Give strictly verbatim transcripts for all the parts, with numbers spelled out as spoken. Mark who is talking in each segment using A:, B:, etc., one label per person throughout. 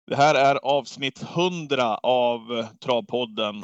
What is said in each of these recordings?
A: Det här är avsnitt hundra av Travpodden.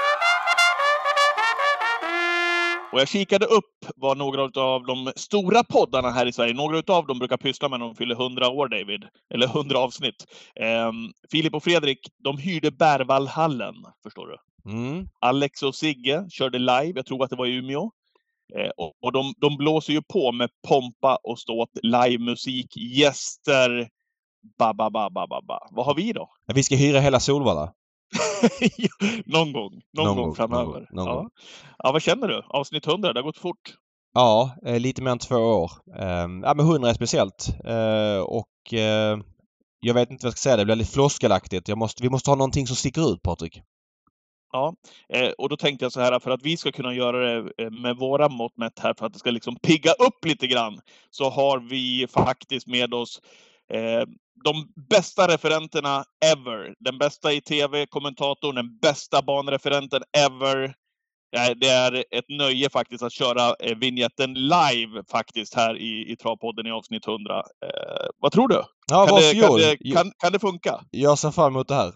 A: Och jag kikade upp vad några av de stora poddarna här i Sverige, några av dem brukar pyssla med när de fyller hundra år, David. Eller hundra avsnitt. Eh, Filip och Fredrik, de hyrde Bärvallhallen, förstår du.
B: Mm.
A: Alex och Sigge körde live, jag tror att det var i Umeå. Eh, och och de, de blåser ju på med pompa och ståt, livemusik, gäster, ba, ba, ba, ba, ba, ba. Vad har vi då?
B: Vi ska hyra hela Solvalla.
A: någon gång, någon,
B: någon
A: gång,
B: gång
A: framöver.
B: Någon, någon
A: ja.
B: gång.
A: ja, vad känner du? Avsnitt hundra, det har gått fort.
B: Ja, eh, lite mer än två år. Eh, ja, men hundra är speciellt. Eh, och eh, jag vet inte vad jag ska säga, det blir lite floskelaktigt. Jag måste, vi måste ha någonting som sticker ut, Patrik.
A: Ja, eh, och då tänkte jag så här, för att vi ska kunna göra det med våra mått mätt här, för att det ska liksom pigga upp lite grann, så har vi faktiskt med oss eh, de bästa referenterna ever. Den bästa i tv-kommentatorn, den bästa banreferenten ever. Ja, det är ett nöje faktiskt att köra eh, vignetten live faktiskt här i, i Travpodden i avsnitt hundra. Eh, vad tror du?
B: Ja,
A: kan, det, kan, det,
B: jag,
A: kan, kan det funka?
B: Jag ser fram emot det här.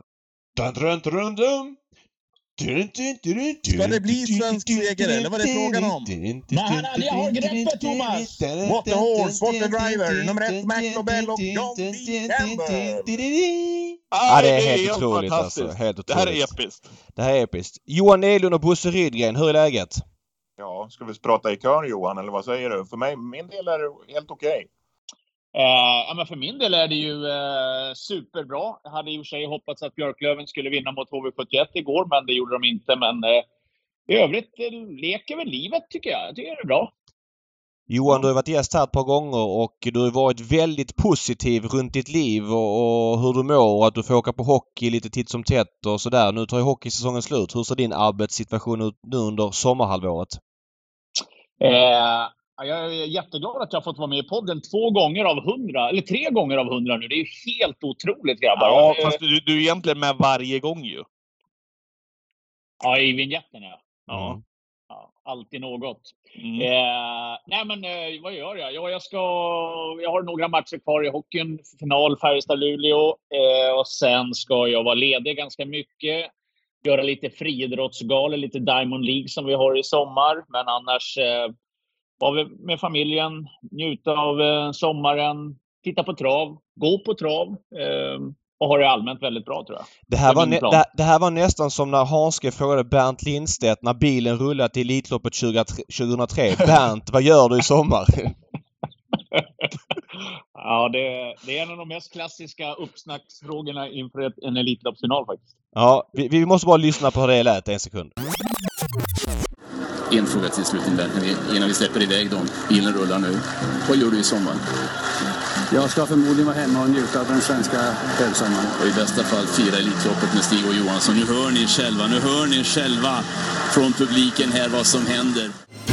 C: Ska det bli svensk seger eller vad är det frågan om? Mahanadia har greppet, Thomas! What the horse, what the driver, nummer ett Mac Nobel och John D. Campbell!
B: Ja, det är helt otroligt alltså. Helt otroligt.
A: Det här är episkt.
B: Det här är episkt. Johan Elund och Bosse Rydgren, hur är läget?
D: Ja, ska vi prata i kör, Johan, eller vad säger du? För mig, min del är det helt okej. Okay.
E: Uh, ja, men för min del är det ju uh, superbra. Jag hade i och för sig hoppats att Björklöven skulle vinna mot H V sjuttioett igår, men det gjorde de inte. Men uh, i övrigt uh, leker väl livet, tycker jag. Jag tycker det är bra.
B: Johan, du har varit gäst här ett par gånger och du har varit väldigt positiv runt ditt liv och, och hur du mår och att du får åka på hockey lite titt som tätt och sådär. Nu tar ju hockeysäsongen slut. Hur ser din arbetssituation ut nu under sommarhalvåret?
E: Uh... Jag är jätteglad att jag har fått vara med i podden två gånger av hundra, eller tre gånger av hundra nu. Det är ju helt otroligt, grabbar.
A: Ja, fast du, du är egentligen med varje gång ju.
E: Ja, i vignetten, ja.
B: Ja.
E: Mm. Ja, alltid något.
A: Mm.
E: Eh, nej, men eh, vad gör jag? Ja, jag, ska, jag har några matcher kvar i hockeyn. Final, Färjestad-Luleå. Eh, och sen ska jag vara ledig ganska mycket. Göra lite friidrottsgalor, lite Diamond League som vi har i sommar. Men annars... Eh, Var med familjen, njuta av eh, sommaren, titta på trav, gå på trav eh, och ha det allmänt väldigt bra, tror jag.
B: Det här, var nä- det, det här var nästan som när Hanske frågade Bernt Lindstedt när bilen rullade till Elitloppet tjugohundratre. Bernt, vad gör du i sommar?
E: Ja, det, det är en av de mest klassiska uppsnacksfrågorna inför ett, en Elitloppsfinal faktiskt.
B: Ja, vi, vi måste bara lyssna på hur det lät en sekund.
F: En fråga till slut innan vi släpper iväg dem. Bilen rullar nu. Vad gör du i sommar?
G: Jag ska förmodligen vara hemma och njuta av den svenska högsommaren.
F: Och i bästa fall fira Elitloppet med Stig och Johansson. Nu hör ni själva, nu hör ni själva från publiken här vad som händer.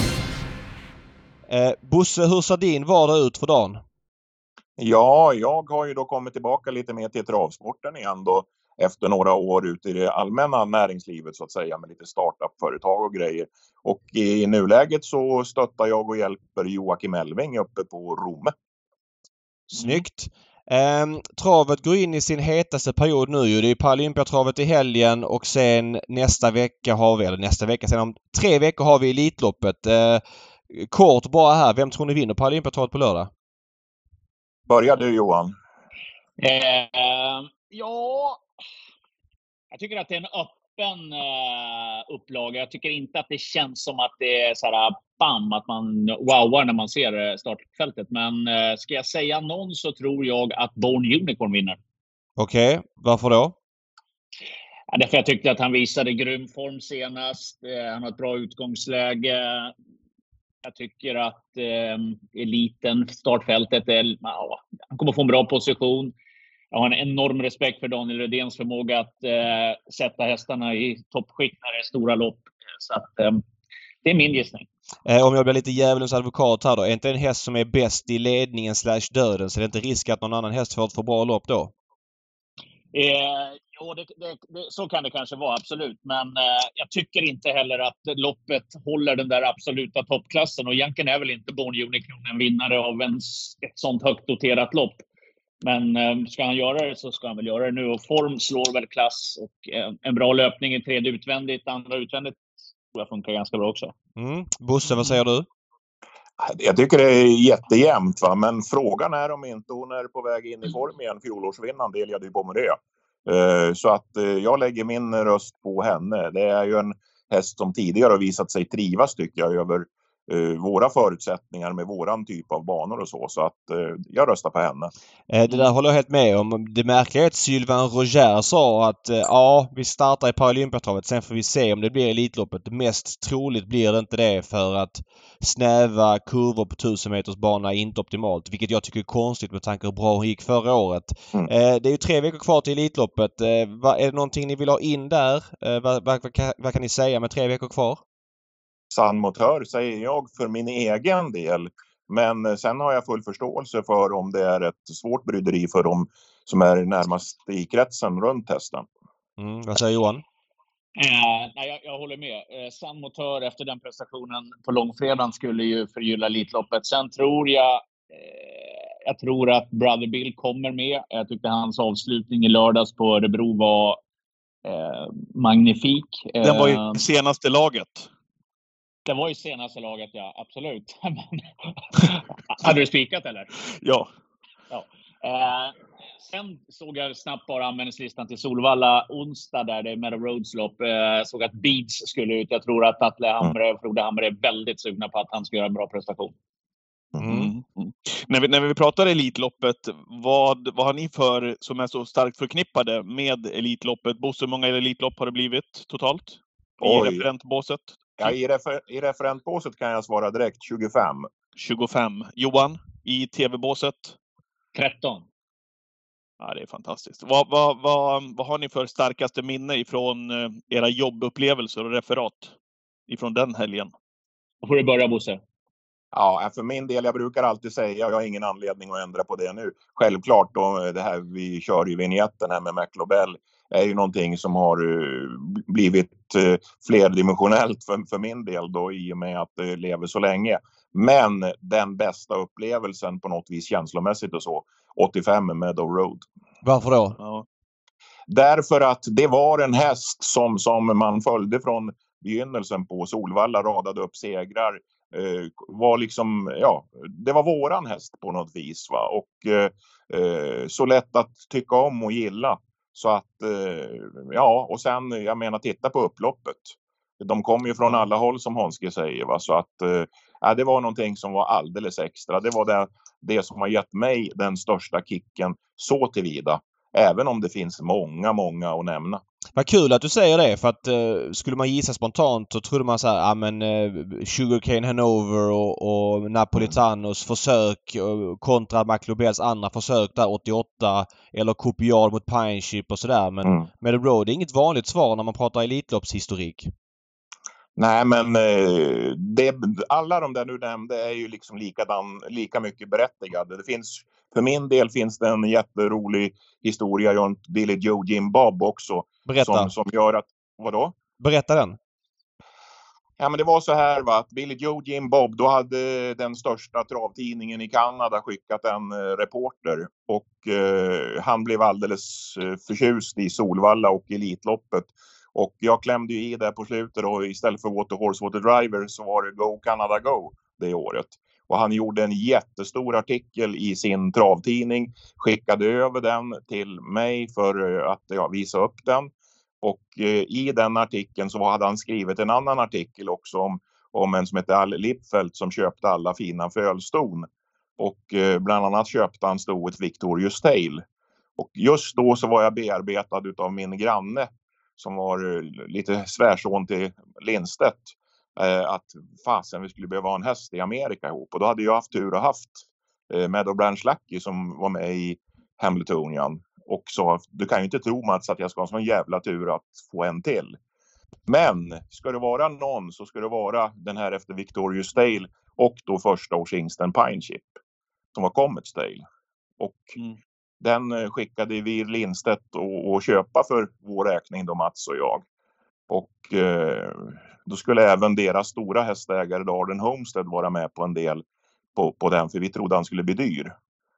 B: Eh, Bosse, hur ser din vardag ut för dagen?
D: Ja, jag har ju då kommit tillbaka lite mer till travsporten igen då. Efter några år ute i det allmänna näringslivet så att säga, med lite startup-företag och grejer. Och i nuläget så stöttar jag och hjälper Joakim Elving uppe på Rome.
B: Snyggt! Eh, travet går in i sin hetaste period nu ju. Det är Paralympiatravet i helgen och sen nästa vecka har vi, eller nästa vecka, sen om tre veckor har vi Elitloppet. Eh, kort bara här, vem tror ni vinner Paralympiatravet på lördag?
D: Börjar du, Johan?
E: Eh, ja... Jag tycker att det är en öppen uh, upplaga. Jag tycker inte att det känns som att det är så här bam, att man wowar när man ser startfältet. Men uh, ska jag säga någon så tror jag att Born Unicorn vinner.
B: Okej, okay. Varför då?
E: Ja, därför jag tyckte att han visade grym form senast. Uh, han har ett bra utgångsläge. Jag tycker att uh, eliten, startfältet, är, uh, han kommer få en bra position. Jag har en enorm respekt för Daniel Redéns förmåga att eh, sätta hästarna i toppskick när det är stora lopp. Så att, eh, det är min gissning.
B: Eh, om jag blir lite djävulens advokat här då. Är inte en häst som är bäst i ledningen slash döden, så det är inte risk att någon annan häst får ett för bra lopp då?
E: Eh, jo, det, det, det, så kan det kanske vara, absolut. Men eh, jag tycker inte heller att loppet håller den där absoluta toppklassen. Och egentligen är väl inte Born Unicorn en vinnare av en, ett sånt högt doterat lopp. Men eh, ska han göra det så ska han väl göra det nu. Och form slår väl klass. Och eh, en bra löpning i tredje utvändigt, andra utvändigt tror jag funkar ganska bra också.
B: Mm. Bosse, vad säger du?
D: Jag tycker det är jättejämnt, va? Men frågan är om inte hon är på väg in i form igen. Fjolårsvinnaren delade ju på med det. Uh, så att uh, jag lägger min röst på henne. Det är ju en häst som tidigare har visat sig trivas, tycker jag, över uh, våra förutsättningar med våran typ av banor och så. Så att uh, jag röstar på henne.
B: Eh, det där håller jag helt med om. Det märkliga är att Sylvain Roger sa att uh, ja, vi startar i Paralympiatravet. Sen får vi se om det blir Elitloppet. Mest troligt blir det inte det, för att snäva kurvor på tusen meters bana är inte optimalt. Vilket jag tycker är konstigt med tanke på hur bra hon gick förra året. Mm. Eh, det är ju tre veckor kvar till Elitloppet. Eh, vad, är det någonting ni vill ha in där? Eh, vad, vad, vad, kan, vad kan ni säga med tre veckor kvar?
D: Sann motör säger jag för min egen del. Men sen har jag full förståelse för om det är ett svårt bryderi för dem som är närmast i kretsen runt hästen.
B: Mm, vad säger Johan?
E: Eh, nej, jag, jag håller med. Eh, Sann motör efter den prestationen på långfredagen skulle ju förgylla Elitloppet. Sen tror jag eh, jag tror att Brother Bill kommer med. Jag tyckte hans avslutning i lördags på Örebro var eh, magnifik. Eh,
A: Den var ju senaste laget.
E: Det var ju senaste laget, ja. Absolut. Hade du spikat eller?
A: Ja.
E: ja. Eh, sen såg jag snabbt bara användningslistan till Solvalla onsdag där det är Meadow Roads lopp. Eh, såg att Beats skulle ut. Jag tror att Atle Hamre och Frode Hamre är väldigt sugna på att han ska göra en bra prestation.
A: Mm. Mm. När, vi, när vi pratar Elitloppet, vad, vad har ni för som är så starkt förknippade med Elitloppet? Bosse, hur många Elitlopp har det blivit totalt? I
D: Oj.
A: referentbåset?
D: Ja, i, refer, i referentbåset kan jag svara direkt tjugofem.
A: tjugofem. Johan, i tv-båset?
E: tretton.
A: Ja, det är fantastiskt. Vad, vad, vad, vad har ni för starkaste minne ifrån era jobbupplevelser och referat ifrån den helgen?
E: Då får du börja, Bosse.
D: Ja, för min del, jag brukar alltid säga, jag har ingen anledning att ändra på det nu. Självklart då, det här vi kör i vignetten här med McLobell är ju någonting som har blivit flerdimensionellt för, för min del då, i och med att det lever så länge. Men den bästa upplevelsen på något vis känslomässigt och så, åttiofem med Meadow Road.
B: Varför då?
D: Ja. Därför att det var en häst som, som man följde från begynnelsen på Solvalla, radade upp segrar. Uh, var liksom, ja, det var våran häst på något vis, va? Och uh, så lätt att tycka om och gilla. Så att, uh, ja, och sen, jag menar, titta på upploppet. De kom ju från alla håll som Honske säger, va? Så att, uh, ja, det var någonting som var alldeles extra. Det var det, det som har gett mig den största kicken så tillvida. Även om det finns många, många att nämna.
B: Vad kul att du säger det, för att uh, skulle man gissa spontant så trodde man så här, ja men uh, Sugarcane Hanover och, och Napolitanos mm. försök uh, kontra McLobells andra försök där åttioåtta, eller Copial mot Pineship och sådär. Men mm. med The Road är inget vanligt svar när man pratar elitloppshistorik.
D: Nej, men eh, det, alla de där du nämnde är ju liksom likadan, lika mycket berättigade. Det finns, för min del finns det en jätterolig historia runt Billy Joe Jim Bob också.
B: Berätta.
D: Som, som gör att, vadå?
B: Berätta den.
D: Ja, men det var så här, va, att Billy Joe Jim Bob, då hade den största travtidningen i Kanada skickat en eh, reporter. Och eh, han blev alldeles eh, förtjust i Solvalla och Elitloppet. Och jag klämde ju i där på slutet och istället för Water Horse Water Driver så var det Go Canada Go det året. Och han gjorde en jättestor artikel i sin travtidning, skickade över den till mig för att ja, visa upp den. Och eh, i den artikeln så hade han skrivit en annan artikel också om, om en som heter Al Lipfelt som köpte alla fina fölston. Och eh, bland annat köpte han stoet Victorious Tale. Och just då så var jag bearbetad utav min granne som var lite svärson till Lindstedt, eh, att fasen vi skulle behöva ha en häst i Amerika ihop. Och då hade jag haft tur och haft eh, Meadow Branch Lucky som var med i Hamiltonian. Och så, du kan ju inte tro Mats att jag ska ha en sån jävla tur att få en till. Men ska det vara någon så ska det vara den här efter Victorious Tale och då första årshingsten Pineship som var Comets Tale. Och mm. den skickade vi Lindstedt och, och köpa för vår räkning då, Mats och jag. Och eh, då skulle även deras stora hästägare Darden Homestead vara med på en del på, på den. För vi trodde han skulle bli dyr.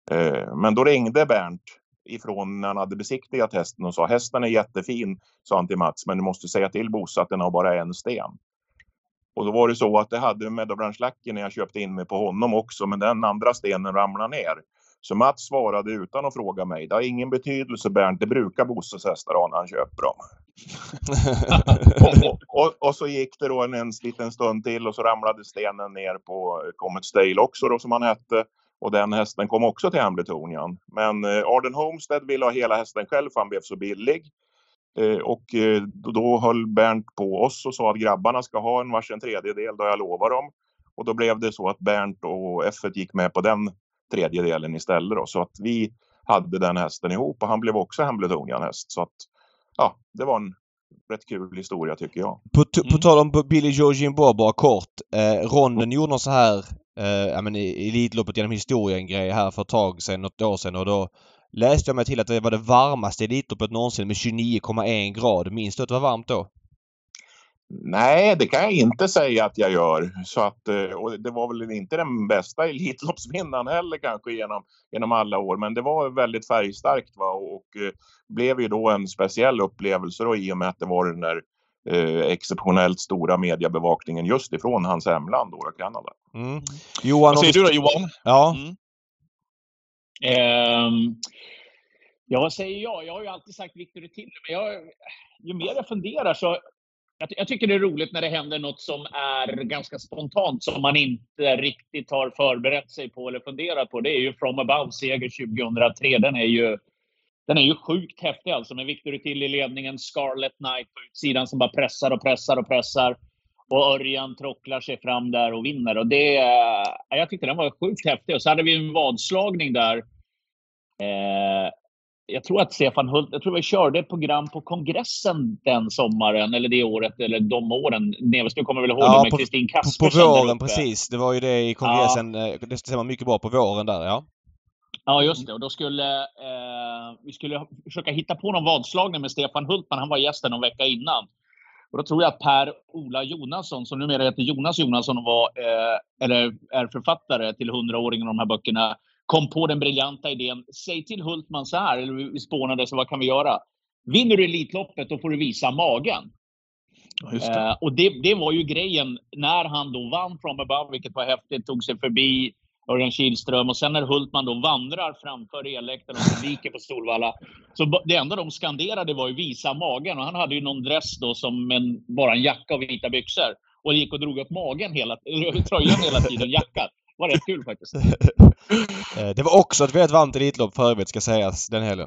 D: Eh, men då ringde Bernt ifrån när han hade besiktigat hästen och sa hästen är jättefin, sa han till Mats, men du måste säga till Bosse att den har bara en sten. Och då var det så att det hade Meadowbranch-lacken när jag köpte in mig på honom också, men den andra stenen ramlade ner. Så Mats svarade utan att fråga mig, det har ingen betydelse Bernt, det brukar Bosses hästar ha när han köper dem. och, och, och, och så gick det då en, en liten stund till och så ramlade stenen ner på Comet Stale också då, som han hette. Och den hästen kom också till Hambletonian. Men eh, Arden Homestead ville ha hela hästen själv för han blev så billig. Eh, och eh, då, då höll Bernt på oss och sa att grabbarna ska ha en varsin tredjedel då jag lovar dem. Och då blev det så att Bernt och F ett gick med på den tredjedelen istället då. Så att vi hade den hästen ihop och han blev också Hambletonian häst. Så att ja, det var en rätt kul historia tycker jag.
B: På, t- på tal om Billy Georgien Bob bara kort. Eh, Ronden gjorde någon så här eh, ja, men i Elitloppet genom historien grej här för ett tag sedan, något år sedan och då läste jag mig till att det var det varmaste Elitloppet någonsin med tjugonio komma en grad. Minns du att det var varmt då?
D: Nej, det kan jag inte säga att jag gör. Så att, och det var väl inte den bästa Elitloppsvinnaren heller kanske genom, genom alla år. Men det var väldigt färgstarkt va? Och, och blev ju då en speciell upplevelse då, i och med att det var den där eh, exceptionellt stora mediebevakningen just ifrån hans hemland då, Kanada.
B: Mm. Johan,
A: vad säger du då Johan?
B: Ja.
E: Mm. Um, ja, vad säger jag? Jag har ju alltid sagt Victor till men jag, ju mer jag funderar så jag, jag tycker det är roligt när det händer något som är ganska spontant som man inte riktigt har förberett sig på eller funderat på. Det är ju From Above seger tjugohundratre. Den är ju den är ju sjukt häftig alltså med Victor till i ledningen, Scarlet Knight på utsidan som bara pressar och pressar och pressar. Och Örjan trocklar sig fram där och vinner. Och det, jag tyckte den var sjukt häftig. Och så hade vi en vadslagning där. Eh, jag tror att Stefan Hult, jag tror vi körde ett program på kongressen den sommaren. Eller det året, eller de åren. Neves, du kommer väl ihåg
B: ja,
E: det med
B: på,
E: Kristin Kaspersen.
B: På, på våren, precis. Det var ju det i kongressen. Ja. Det stämmer mycket bra på våren där, ja.
E: Ja, just det. Och då skulle eh, vi skulle försöka hitta på någon vadslagning med Stefan Hultman. Han var gästen en vecka innan. Och då tror jag att Per-Ola Jonasson, som numera heter Jonas Jonasson och var, eh, eller är författare till hundraåringen av de här böckerna, kom på den briljanta idén. Säg till Hultman så här, eller vi spånade så vad kan vi göra? Vinner du Elitloppet då får du visa magen.
A: Just det.
E: Eh, och det, det var ju grejen när han då vann From Above, vilket var häftigt, tog sig förbi Örjan Kihlström och sen när Hultman då vandrar framför elläktaren och publiken på Solvalla. Så det enda de skanderade var ju visa magen och han hade ju någon dress då som en, bara en jacka och vita byxor. Och gick och drog upp magen hela, tröjan hela tiden, jacka. Det var rätt kul faktiskt.
B: Det var också ett väldigt varmt elitlopp för övrigt ska sägas den helgen.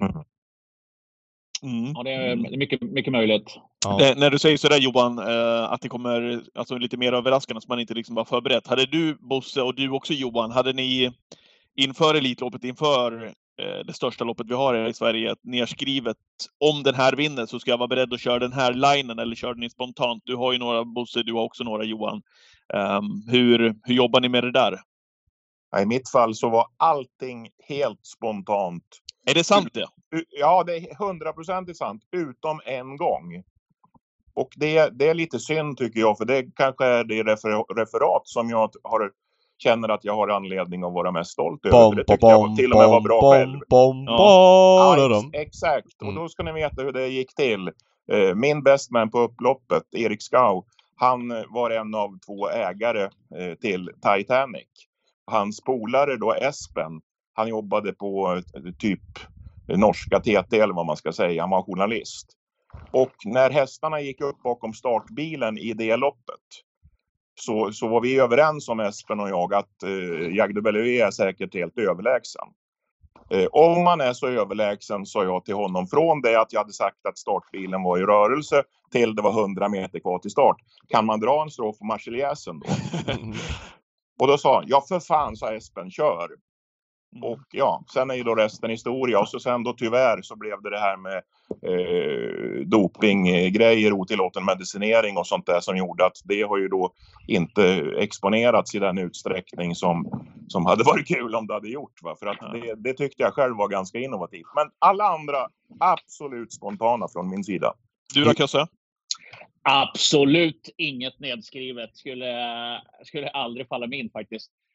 E: Mm. Ja, det är mycket, mycket möjligt.
A: Ja. Det, när du säger sådär Johan, eh, att det kommer alltså, lite mer överraskande som man inte liksom var förberett. Hade du, Bosse, och du också Johan, hade ni inför Elitloppet, inför eh, det största loppet vi har i Sverige, nerskrivet om den här vinner så ska jag vara beredd att köra den här linen eller körde ni spontant? Du har ju några Bosse, du har också några Johan. Um, hur, hur jobbar ni med det där?
D: I mitt fall så var allting helt spontant.
A: Är det sant det?
D: Ja, det är hundraprocentigt sant. Utom en gång. Och det, det är lite synd tycker jag. För det kanske är det refer- referat som jag har, känner att jag har anledning att vara mest stolt över. Bom, det tyckte bom, jag till och med var bra
B: bom,
D: själv.
B: Bom,
D: ja.
B: ja,
D: ex- exakt. Mm. Och då ska ni veta hur det gick till. Min bestman på upploppet, Erik Skau, han var en av två ägare till Titanic. Hans polare då, Espen, han jobbade på typ norska T T eller vad man ska säga. Han var journalist. Och när hästarna gick upp bakom startbilen i det loppet så, så var vi överens om Espen och jag att eh, Jagde Bellevue är säkert helt överlägsen. Eh, om man är så överlägsen sa jag till honom från det att jag hade sagt att startbilen var i rörelse till det var hundra meter kvar till start. Kan man dra en strof på Marseljäsen då? Och då sa han, ja för fan, sa Espen, kör. Mm. Och ja, sen är ju då resten historia. Och så sen då tyvärr så blev det det här med eh, dopinggrejer, otillåten medicinering och sånt där som gjorde att det har ju då inte exponerats i den utsträckning som, som hade varit kul om det hade gjort. Va? För att det, det tyckte jag själv var ganska innovativt. Men alla andra absolut spontana från min sida.
A: Du då, Kösse?
E: Absolut inget nedskrivet. Skulle, skulle aldrig falla min faktiskt.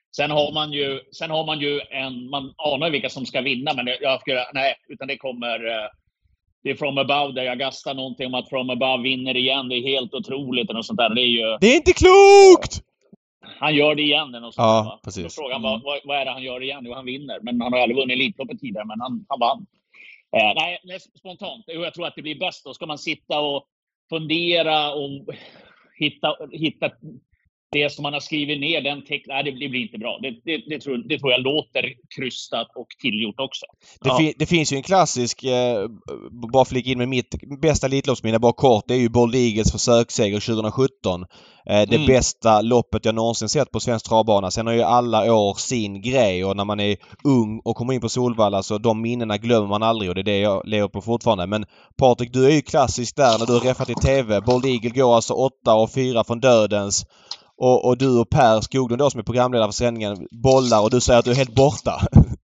E: Sen har man ju, sen har man ju en, man anar vilka som ska vinna, men jag ska, nej, utan det kommer, det är From Above där jag gastar någonting om att From Above vinner igen. Det är helt otroligt och sånt där. Det är ju...
B: Det är inte klokt!
E: Han gör det igen och sånt
B: ja,
E: där, va?
B: Precis.
E: Då frågan, vad, vad, vad är det han gör igen? Jo, han vinner. Men han har aldrig vunnit Elitloppet tidigare, men han, han vann. Eh, nej, nej, spontant. Jag tror att det blir bäst. Då ska man sitta och fundera och hitta, hitta det som man har skrivit ner. Den text, nej, det, det blir inte bra. Det, det, det, tror, det tror jag låter krystat och tillgjort också.
B: Det,
E: ja.
B: fi, det finns ju en klassisk, eh, bara flika in med mitt bästa Elitloppsminne, bara kort, det är ju Bold Eagles försöksseger tjugohundrasjutton. Eh, det mm. bästa loppet jag någonsin sett på svensk travbana. Sen har ju alla år sin grej och när man är ung och kommer in på Solvalla så de minnena glömmer man aldrig och det är det jag lever på fortfarande. Men Patrik, du är ju klassisk där när du har räffat i T V. Bold Eagle går alltså åtta och fyra från dödens. Och, och du och Per Skoglund då som är programledare för sändningen bollar och du säger att du är helt borta.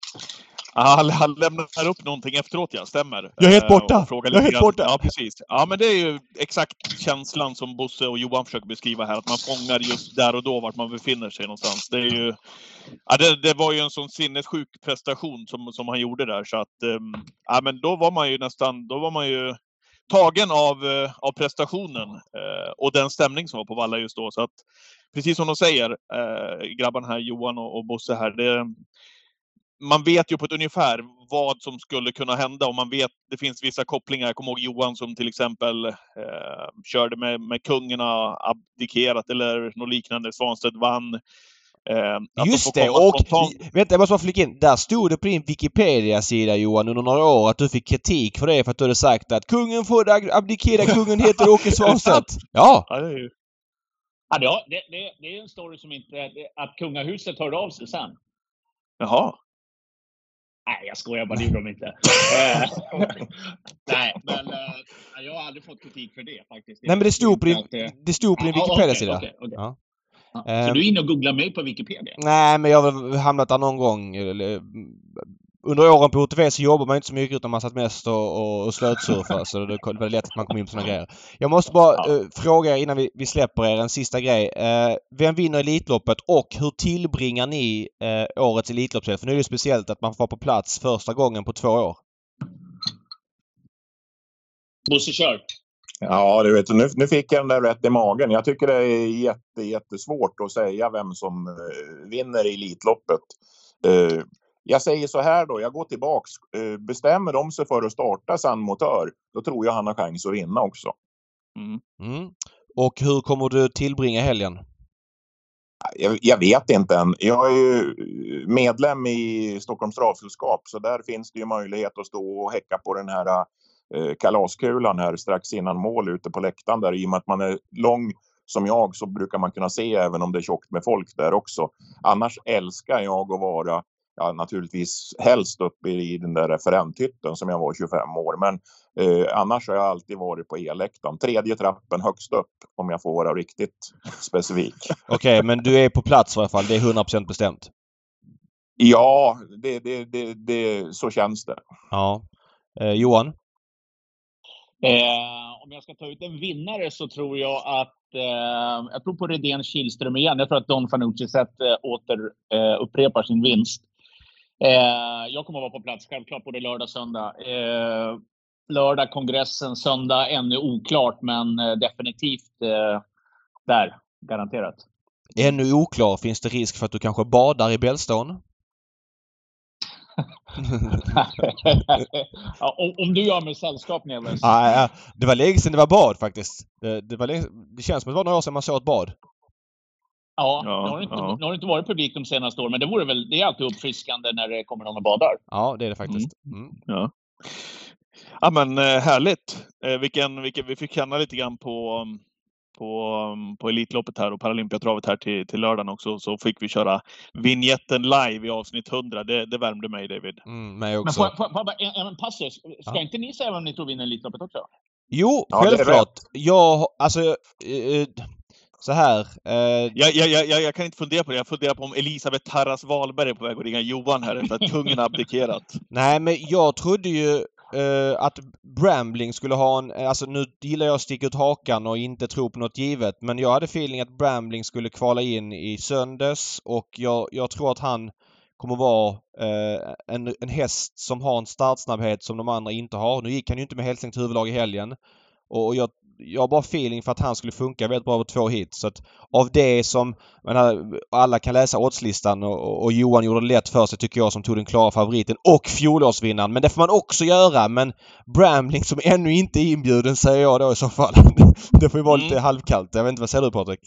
A: Ja, han lämnar upp någonting efteråt, ja, stämmer.
B: Jag är helt borta!
A: Jag
B: är helt borta!
A: Ja, precis. Ja, men det är ju exakt känslan som Bosse och Johan försöker beskriva här. Att man fångar just där och då vart man befinner sig någonstans. Det är ju... Ja, det, det var ju en sån sinnessjuk prestation som, som han gjorde där. Så att... Um, ja, men då var man ju nästan... Då var man ju tagen av, uh, av prestationen. Uh, och den stämning som var på Valla just då. Så att... Precis som de säger, uh, grabbarna här, Johan och, och Bosse här... Det, man vet ju på ett ungefär vad som skulle kunna hända och man vet, det finns vissa kopplingar. Jag kommer ihåg Johan som till exempel eh, körde med, med kungarna abdikerat eller något liknande. Svanstedt vann. Eh,
B: Just det, och vänta, jag måste bara flika in. Där stod det på din Wikipedia-sida, Johan, under några år att du fick kritik för det för att du hade sagt att kungen får abdikera, kungen heter Åke Svanstedt. Ja!
A: Ja, det är ju...
E: Ja, det, det, det är en story som inte... Att kungahuset hörde av sig sen.
A: Jaha.
E: Nej, jag skojar bara, det gjorde de inte. Nej, men uh, jag har aldrig fått kritik för det faktiskt. Det
B: Nej, men det stod på din, att, det stod på din
E: ah,
B: Wikipedia-sida.
E: Okay, okay, okay.
B: Ja.
E: Ja. Så um, du är inne och googlar mig på Wikipedia?
B: Nej, men jag har hamnat där någon gång. Under åren på O T V så jobbar man inte så mycket utan man satt mest och, och, och slötsurfar så det var lätt att man kom in på såna grejer. Jag måste bara ja. uh, fråga innan vi, vi släpper er en sista grej. Uh, vem vinner Elitloppet och hur tillbringar ni uh, årets Elitloppshelg? För nu är det speciellt att man får på plats första gången på två år.
E: Bosse, kör.
D: Ja, du vet, nu, nu fick jag den där rätt i magen. Jag tycker det är jätte, jättesvårt att säga vem som uh, vinner Elitloppet. Uh, Jag säger så här då, jag går tillbaks. Bestämmer de sig för att starta San Motör, då tror jag han har chans att vinna också.
B: Mm. Mm. Och hur kommer du tillbringa helgen?
D: Jag, jag vet inte än. Jag är ju medlem i Stockholms travsällskap, så där finns det ju möjlighet att stå och häcka på den här eh, kalaskulan här strax innan mål ute på läktaren där. I och med att man är lång som jag så brukar man kunna se även om det är tjockt med folk där också. Annars älskar jag att vara Ja, naturligtvis helst uppe i den där referenthytten som jag var tjugofem år. Men eh, annars har jag alltid varit på e-läktaren. Tredje trappen högst upp om jag får vara riktigt specifik.
B: Okej, okay, men du är på plats i alla fall. Det är hundra procent bestämt.
D: Ja, det, det, det, det, så känns det.
B: Ja. Eh, Johan?
E: Eh, om jag ska ta ut en vinnare så tror jag att eh, jag tror på Redén Kihlström igen. Jag tror att Don Fanucci sett eh, åter eh, upprepar sin vinst. Eh, jag kommer att vara på plats självklart både lördag och söndag. Eh, lördag kongressen, söndag ännu oklart men eh, definitivt eh, där, garanterat.
B: Ännu oklar, finns det risk för att du kanske badar i Bällstån?
E: Ja, om, om du gör med sällskap Neves.
B: Ja, ja, det var länge sedan det var bad faktiskt. Det, det, var länge, det känns som att det var några år sedan man såg ett bad.
E: Ja, ja, nu har det inte, ja. nu har det inte varit publik de senaste åren, men det vore väl, det är alltid uppfriskande när det kommer någon och badar.
B: Ja, det är det faktiskt.
A: Mm. Mm. Ja. Ja, men härligt. Vilken, vilken, vi fick känna lite grann på, på, på Elitloppet här och Paralympiatravet här till, till lördagen också. Så fick vi köra vignetten live i avsnitt hundra. Det, det värmde mig, David.
B: Mm, mig också.
E: Men får, får, får, en, en passus. Ska ja. inte ni säga vem ni tror vinner Elitloppet också?
B: Jo, ja, självklart. Jag, alltså... Uh, Så här. Eh...
A: Jag, jag, jag, jag kan inte fundera på det. Jag funderar på om Elisabeth Tarras Wahlberg är på väg att ringa Johan här efter att kungen har abdikerat.
B: Nej, men jag trodde ju uh, att Brambling skulle ha en... Alltså nu gillar jag att sticka ut hakan och inte tro på något givet. Men jag hade feeling att Brambling skulle kvala in i söndags. Och jag, jag tror att han kommer vara uh, en, en häst som har en startsnabbhet som de andra inte har. Nu gick han ju inte med helstängt huvudlag i helgen. Och jag, jag har bara feeling för att han skulle funka väldigt bra på två hit. Så att av det som... Menar, alla kan läsa oddslistan och, och Johan gjorde det lätt för sig tycker jag som tog den klara favoriten och fjolårsvinnaren. Men det får man också göra. Men Brambling som ännu inte är inbjuden säger jag då i så fall. Det får ju vara mm. lite halvkallt. Jag vet inte vad säger du Patrik?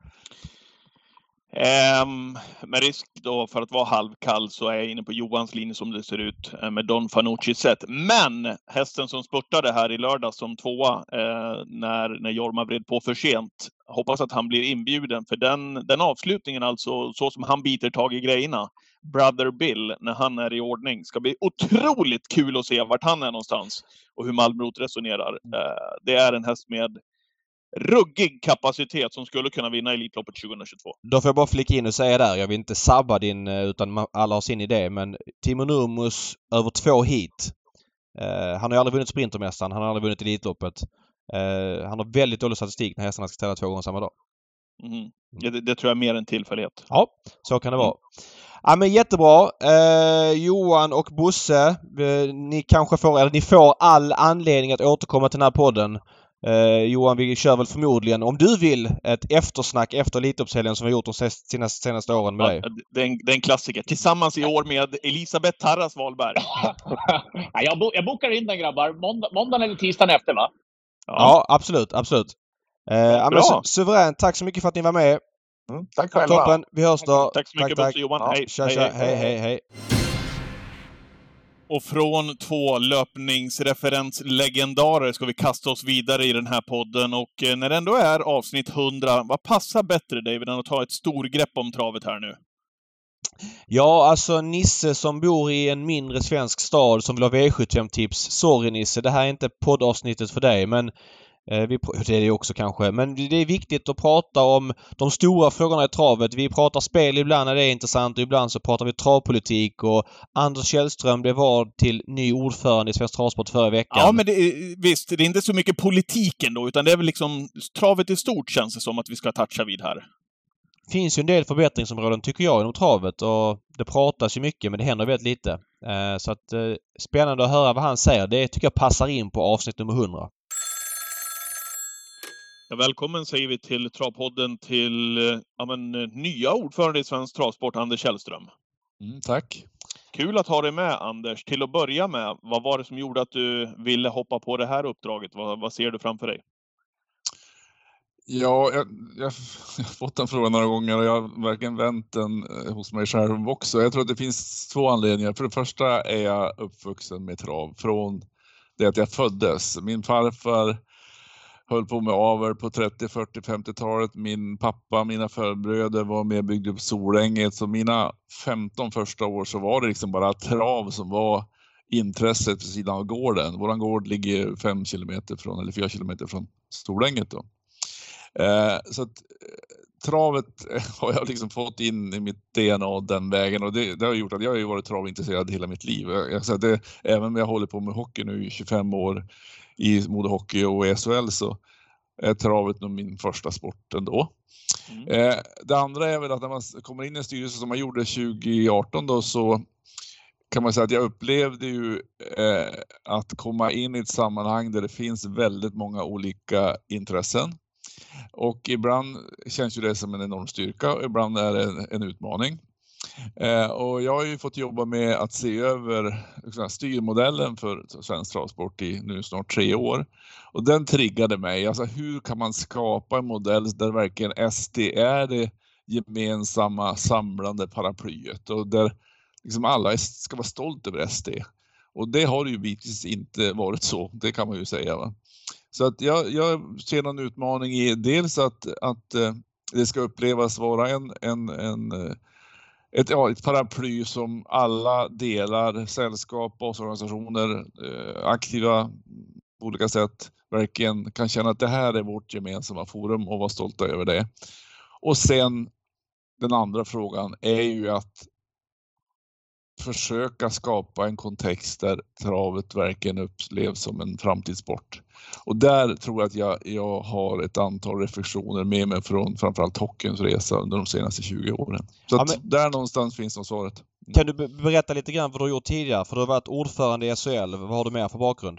A: Um, med risk då för att vara halvkall så är jag inne på Johans linje som det ser ut uh, med Don Fanucci sett. Men hästen som spurtade här i lördag som tvåa uh, när, när Jorma vred på för sent. Hoppas att han blir inbjuden för den, den avslutningen alltså så som han biter tag i grejerna. Brother Bill när han är i ordning. Ska bli otroligt kul att se vart han är någonstans och hur Malmrot resonerar. Uh, det är en häst med ruggig kapacitet som skulle kunna vinna Elitloppet tjugohundratjugotvå.
B: Då får jag bara flika in och säga där. Jag vill inte sabba din utan alla har sin idé. Men Timo Nurmos över två hit. Uh, han har ju aldrig vunnit Sprintermästaren. Han har aldrig vunnit Elitloppet. Uh, han har väldigt dålig statistik när hästarna ska ställa två gånger samma dag.
A: Mm. Det, det tror jag är mer en tillfällighet.
B: Ja, så kan det vara. Ja men jättebra. Eh, Johan och Bosse, eh, ni kanske får, eller ni får all anledning att återkomma till den här podden. Eh, Johan, vi kör väl förmodligen, om du vill, ett eftersnack efter Elitloppshelgen som vi har gjort de senaste, senaste åren med
A: ja,
B: dig.
A: Det är, en, det är en klassiker. Tillsammans i år med Elisabeth Tarras Wahlberg.
E: ja, jag, bo, jag bokar in den grabbar. Måndag, måndagen eller tisdagen efter va?
B: Ja, ja absolut, absolut. Eh, ja, men su- suveränt, tack så mycket för att ni var med.
D: Mm, tack själva.
B: Toppen, vi hörs då.
A: Tack så mycket tack, tack. Johan. Ja. Hej.
B: Tja, tja. Hej, hej, hej.
A: Och från två löpningsreferenslegendarer ska vi kasta oss vidare i den här podden. Och när det ändå är avsnitt hundra, vad passar bättre David än att ta ett storgrepp om travet här nu?
B: Ja, alltså Nisse som bor i en mindre svensk stad som vill ha V sjuttiofem-tips. Sorry Nisse, det här är inte poddavsnittet för dig, men eh, vi, det är det också kanske. Men det är viktigt att prata om de stora frågorna i travet. Vi pratar spel ibland när det är intressant och ibland så pratar vi travpolitik. Och Anders Källström blev vald till ny ordförande i Svensk Travsport förra veckan.
A: Ja, men det är, visst, det är inte så mycket politiken då, utan det är väl liksom travet i stort känns det som att vi ska toucha vid här.
B: Det finns ju en del förbättringsområden tycker jag inom travet och det pratas ju mycket men det händer väldigt lite. Eh, så att eh, spännande att höra vad han säger. Det tycker jag passar in på avsnitt nummer hundra.
A: Ja, välkommen säger vi till Travpodden till ja, men, nya ordförande i Svensk Travsport, Anders Källström.
H: Mm, tack.
A: Kul att ha dig med Anders. Till att börja med, vad var det som gjorde att du ville hoppa på det här uppdraget? Vad, vad ser du framför dig?
H: Ja, jag, jag har fått den frågan några gånger och jag har verkligen vänt den hos mig själv också. Jag tror att det finns två anledningar. För det första är jag uppvuxen med trav från det att jag föddes. Min farfar höll på med avel på trettio, fyrtio, femtiotalet. Min pappa, mina förbröder var med och byggde upp Solänget. Så mina femton första år så var det liksom bara trav som var intresset för sidan av gården. Våran gård ligger fem kilometer från, eller fyra kilometer från Solänget då. Eh, så att eh, travet har jag liksom fått in i mitt D N A den vägen och det, det har gjort att jag har ju varit travintresserad hela mitt liv. Jag, jag, så det, även om jag håller på med hockey nu i tjugofem år i moderhockey och S H L så är travet nog min första sport ändå. Mm. Eh, det andra är väl att när man kommer in i en styrelse som man gjorde tjugo arton då så kan man säga att jag upplevde ju eh, att komma in i ett sammanhang där det finns väldigt många olika intressen. Och ibland känns ju det som en enorm styrka och ibland är det en, en utmaning. Eh, och jag har ju fått jobba med att se över liksom, styrmodellen för Svensk Travsport i nu snart tre år. Och den triggade mig. Alltså hur kan man skapa en modell där verkligen S T är det gemensamma samlande paraplyet. Och där liksom alla ska vara stolt över S T. Och det har ju bitvis inte varit så. Det kan man ju säga va. Så att jag, jag ser någon utmaning i dels att, att eh, det ska upplevas vara en, en, en, ett, ja, ett paraply som alla delar, sällskap, basorganisationer, eh, aktiva på olika sätt verkligen kan känna att det här är vårt gemensamma forum och vara stolta över det. Och sen den andra frågan är ju att försöka skapa en kontext där travet verkligen upplevs som en framtidssport. Och där tror jag att jag, jag har ett antal reflektioner med mig från framförallt hockeyns resa under de senaste tjugo åren. Så att ja, men... där någonstans finns nog svaret.
B: Kan du berätta lite grann vad du har gjort tidigare? För du har varit ordförande i S H L. Vad har du med för bakgrund?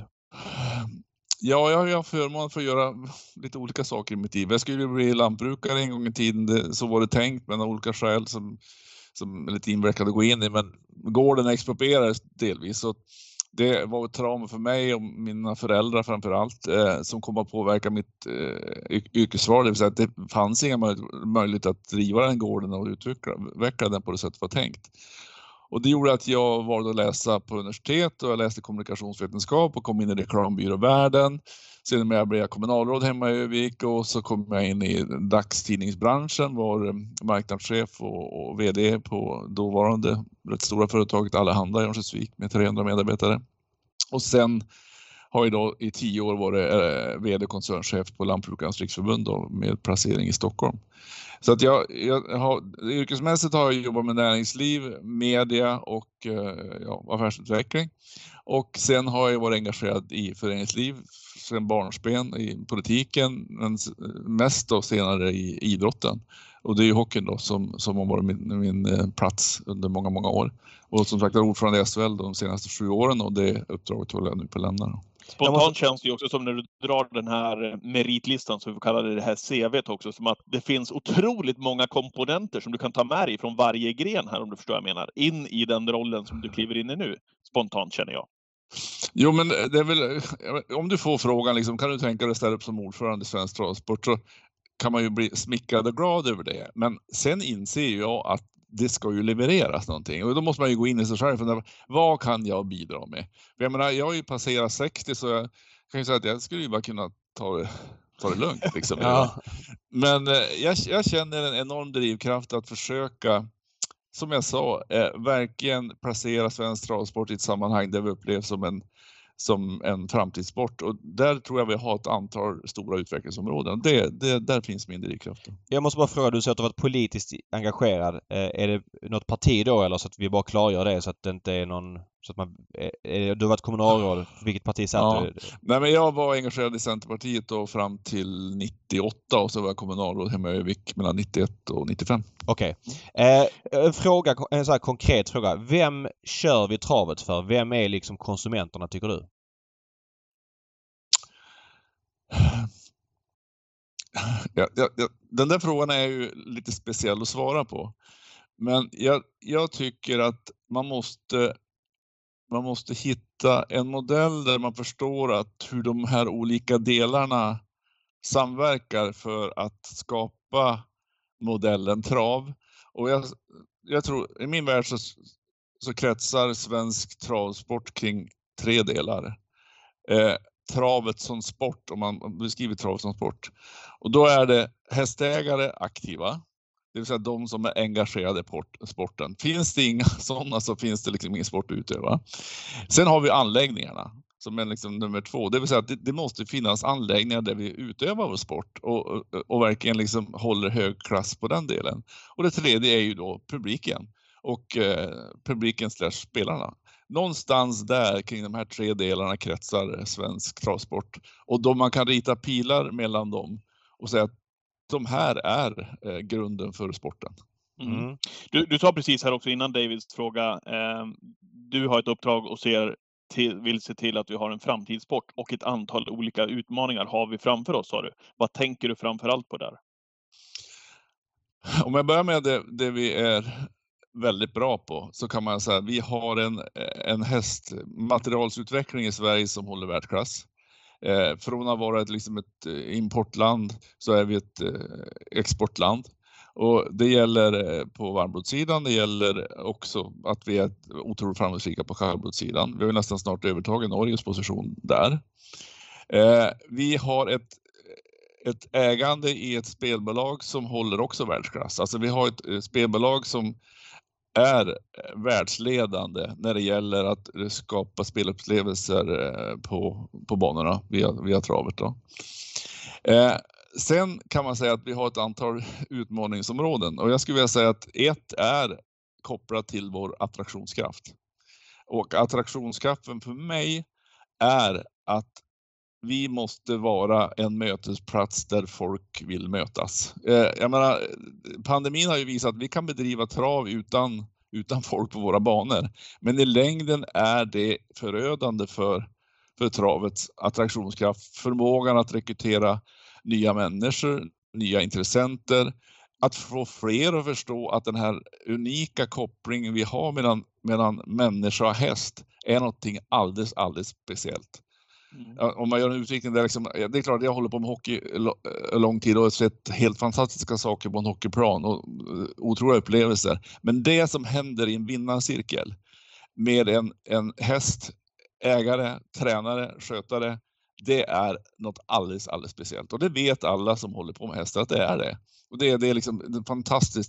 H: Ja, jag har förmånen för att göra lite olika saker i mitt liv. Jag skulle bli lantbrukare en gång i tiden. Det, så var det tänkt, men av olika skäl som, som är lite invecklade att gå in i. Men gården exproprierades delvis. Så det var ett trauma för mig och mina föräldrar framförallt eh, som kom att påverka mitt eh, yrkesval. Det vill säga att det fanns inga möj- möjlighet att driva den gården och utveckla, utveckla den på det sätt det var tänkt. Och det gjorde att jag valde att läsa på universitet och jag läste kommunikationsvetenskap och kom in i reklambyråvärlden. Sedan blev jag kommunalråd hemma i Övik och så kom jag in i dagstidningsbranschen, var marknadschef och, och vd på dåvarande rätt stora företaget Allehanda i Örnsköldsvik med trehundra medarbetare. Och sen har jag då i tio år varit eh, vd-koncernchef på Lantbrukarnas riksförbund då, med placering i Stockholm. Så att jag, jag har, yrkesmässigt har jag jobbat med näringsliv, media och eh, ja, affärsutveckling. Och sen har jag varit engagerad i föreningsliv, sen barnsben i politiken, men mest då senare i idrotten. Och det är ju hockeyn då som, som har varit min, min plats under många, många år. Och som sagt är ordförande i S H L de senaste sju åren och det uppdraget håller jag nu på att lämna.
A: Spontant måste... känns det ju också som när du drar den här meritlistan, så vi kallar det det här C V:t också, som att det finns otroligt många komponenter som du kan ta med dig från varje gren här, om du förstår vad jag menar, in i den rollen som du kliver in i nu. Spontant känner jag.
H: Jo, men det är väl, om du får frågan liksom, kan du tänka dig att ställa upp som ordförande i Svensk Travsport, så kan man ju bli smickrad och glad över det. Men sen inser jag att det ska ju levereras någonting. Och då måste man ju gå in i sig själv och fundera, vad kan jag bidra med? För jag menar, jag har ju passerat sextio så jag kan ju säga att jag skulle ju bara kunna ta det, ta det lugnt. Liksom. Ja. Men jag, jag känner en enorm drivkraft att försöka, som jag sa, eh, verkligen placera svensk travsport i ett sammanhang där vi upplevs som en, som en framtidssport. Och där tror jag vi har ett antal stora utvecklingsområden. Det, det, där finns min drivkraft.
B: Jag måste bara fråga, du säger att du har varit politiskt engagerad. Eh, är det något parti då, eller så att vi bara klargör det så att det inte är någon... Så att man, är, du har varit kommunalråd, vilket parti satt ja. du?
H: Nej, men jag var engagerad i Centerpartiet då fram till nittioåtta och så var jag kommunalråd hemma i Övik mellan nittioett och nittiofem.
B: Okej. Okay. Eh, en fråga, en så här konkret fråga. Vem kör vi travet för? Vem är liksom konsumenterna, tycker du?
H: Ja, ja, ja. Den där frågan är ju lite speciell att svara på. Men jag, jag tycker att man måste man måste hitta en modell där man förstår att hur de här olika delarna samverkar för att skapa modellen trav. Och jag, jag tror, i min värld så, så kretsar svensk travsport kring tre delar. Eh, travet som sport, om man beskriver travet som sport. Och då är det hästägare aktiva. Det vill säga de som är engagerade i sporten. Finns det inga sådana så finns det liksom ingen sport att utöva. Sen har vi anläggningarna som är liksom nummer två. Det vill säga att det, det måste finnas anläggningar där vi utövar vår sport och, och, och verkligen liksom håller hög klass på den delen. Och det tredje är ju då publiken och eh, publiken slash spelarna. Någonstans där kring de här tre delarna kretsar svensk travsport. Och då man kan rita pilar mellan dem och säga att de här är eh, grunden för sporten.
A: Mm. Du, du sa precis här också innan Davids fråga, eh, du har ett uppdrag och ser till, vill se till att vi har en framtidssport och ett antal olika utmaningar har vi framför oss, sa du. Vad tänker du framförallt på där?
H: Om jag börjar med det, det vi är väldigt bra på, så kan man säga att vi har en, en hästmaterialsutveckling i Sverige som håller världsklass. Eh, från att vara ett, liksom ett importland så är vi ett eh, exportland. Och det gäller eh, på varmblodssidan, det gäller också att vi är otroligt framgångsrika på kallblodssidan. Vi har nästan snart övertagit Norges position där. Eh, vi har ett, ett ägande i ett spelbolag som håller också världsklass. Alltså vi har ett eh, spelbolag som är världsledande när det gäller att skapa spelupplevelser på, på banorna via, via travet. Då. Eh, sen kan man säga att vi har ett antal utmaningsområden och jag skulle vilja säga att ett är kopplat till vår attraktionskraft. Och attraktionskraften för mig är att vi måste vara en mötesplats där folk vill mötas. Eh, jag menar, pandemin har ju visat att vi kan bedriva trav utan, utan folk på våra banor. Men i längden är det förödande för, för travets attraktionskraft. Förmågan att rekrytera nya människor, nya intressenter. Att få fler att förstå att den här unika kopplingen vi har mellan, mellan människa och häst är någonting alldeles, alldeles speciellt. Mm. Om man gör en utveckling där liksom, det är klart jag håller på med hockey lång tid och har sett helt fantastiska saker på en hockeyplan och otroliga upplevelser. Men det som händer i en vinnarcirkel med en, en häst, ägare, tränare, skötare, det är något alldeles, alldeles speciellt. Och det vet alla som håller på med hästar att det är det. Och det, det är liksom en fantastisk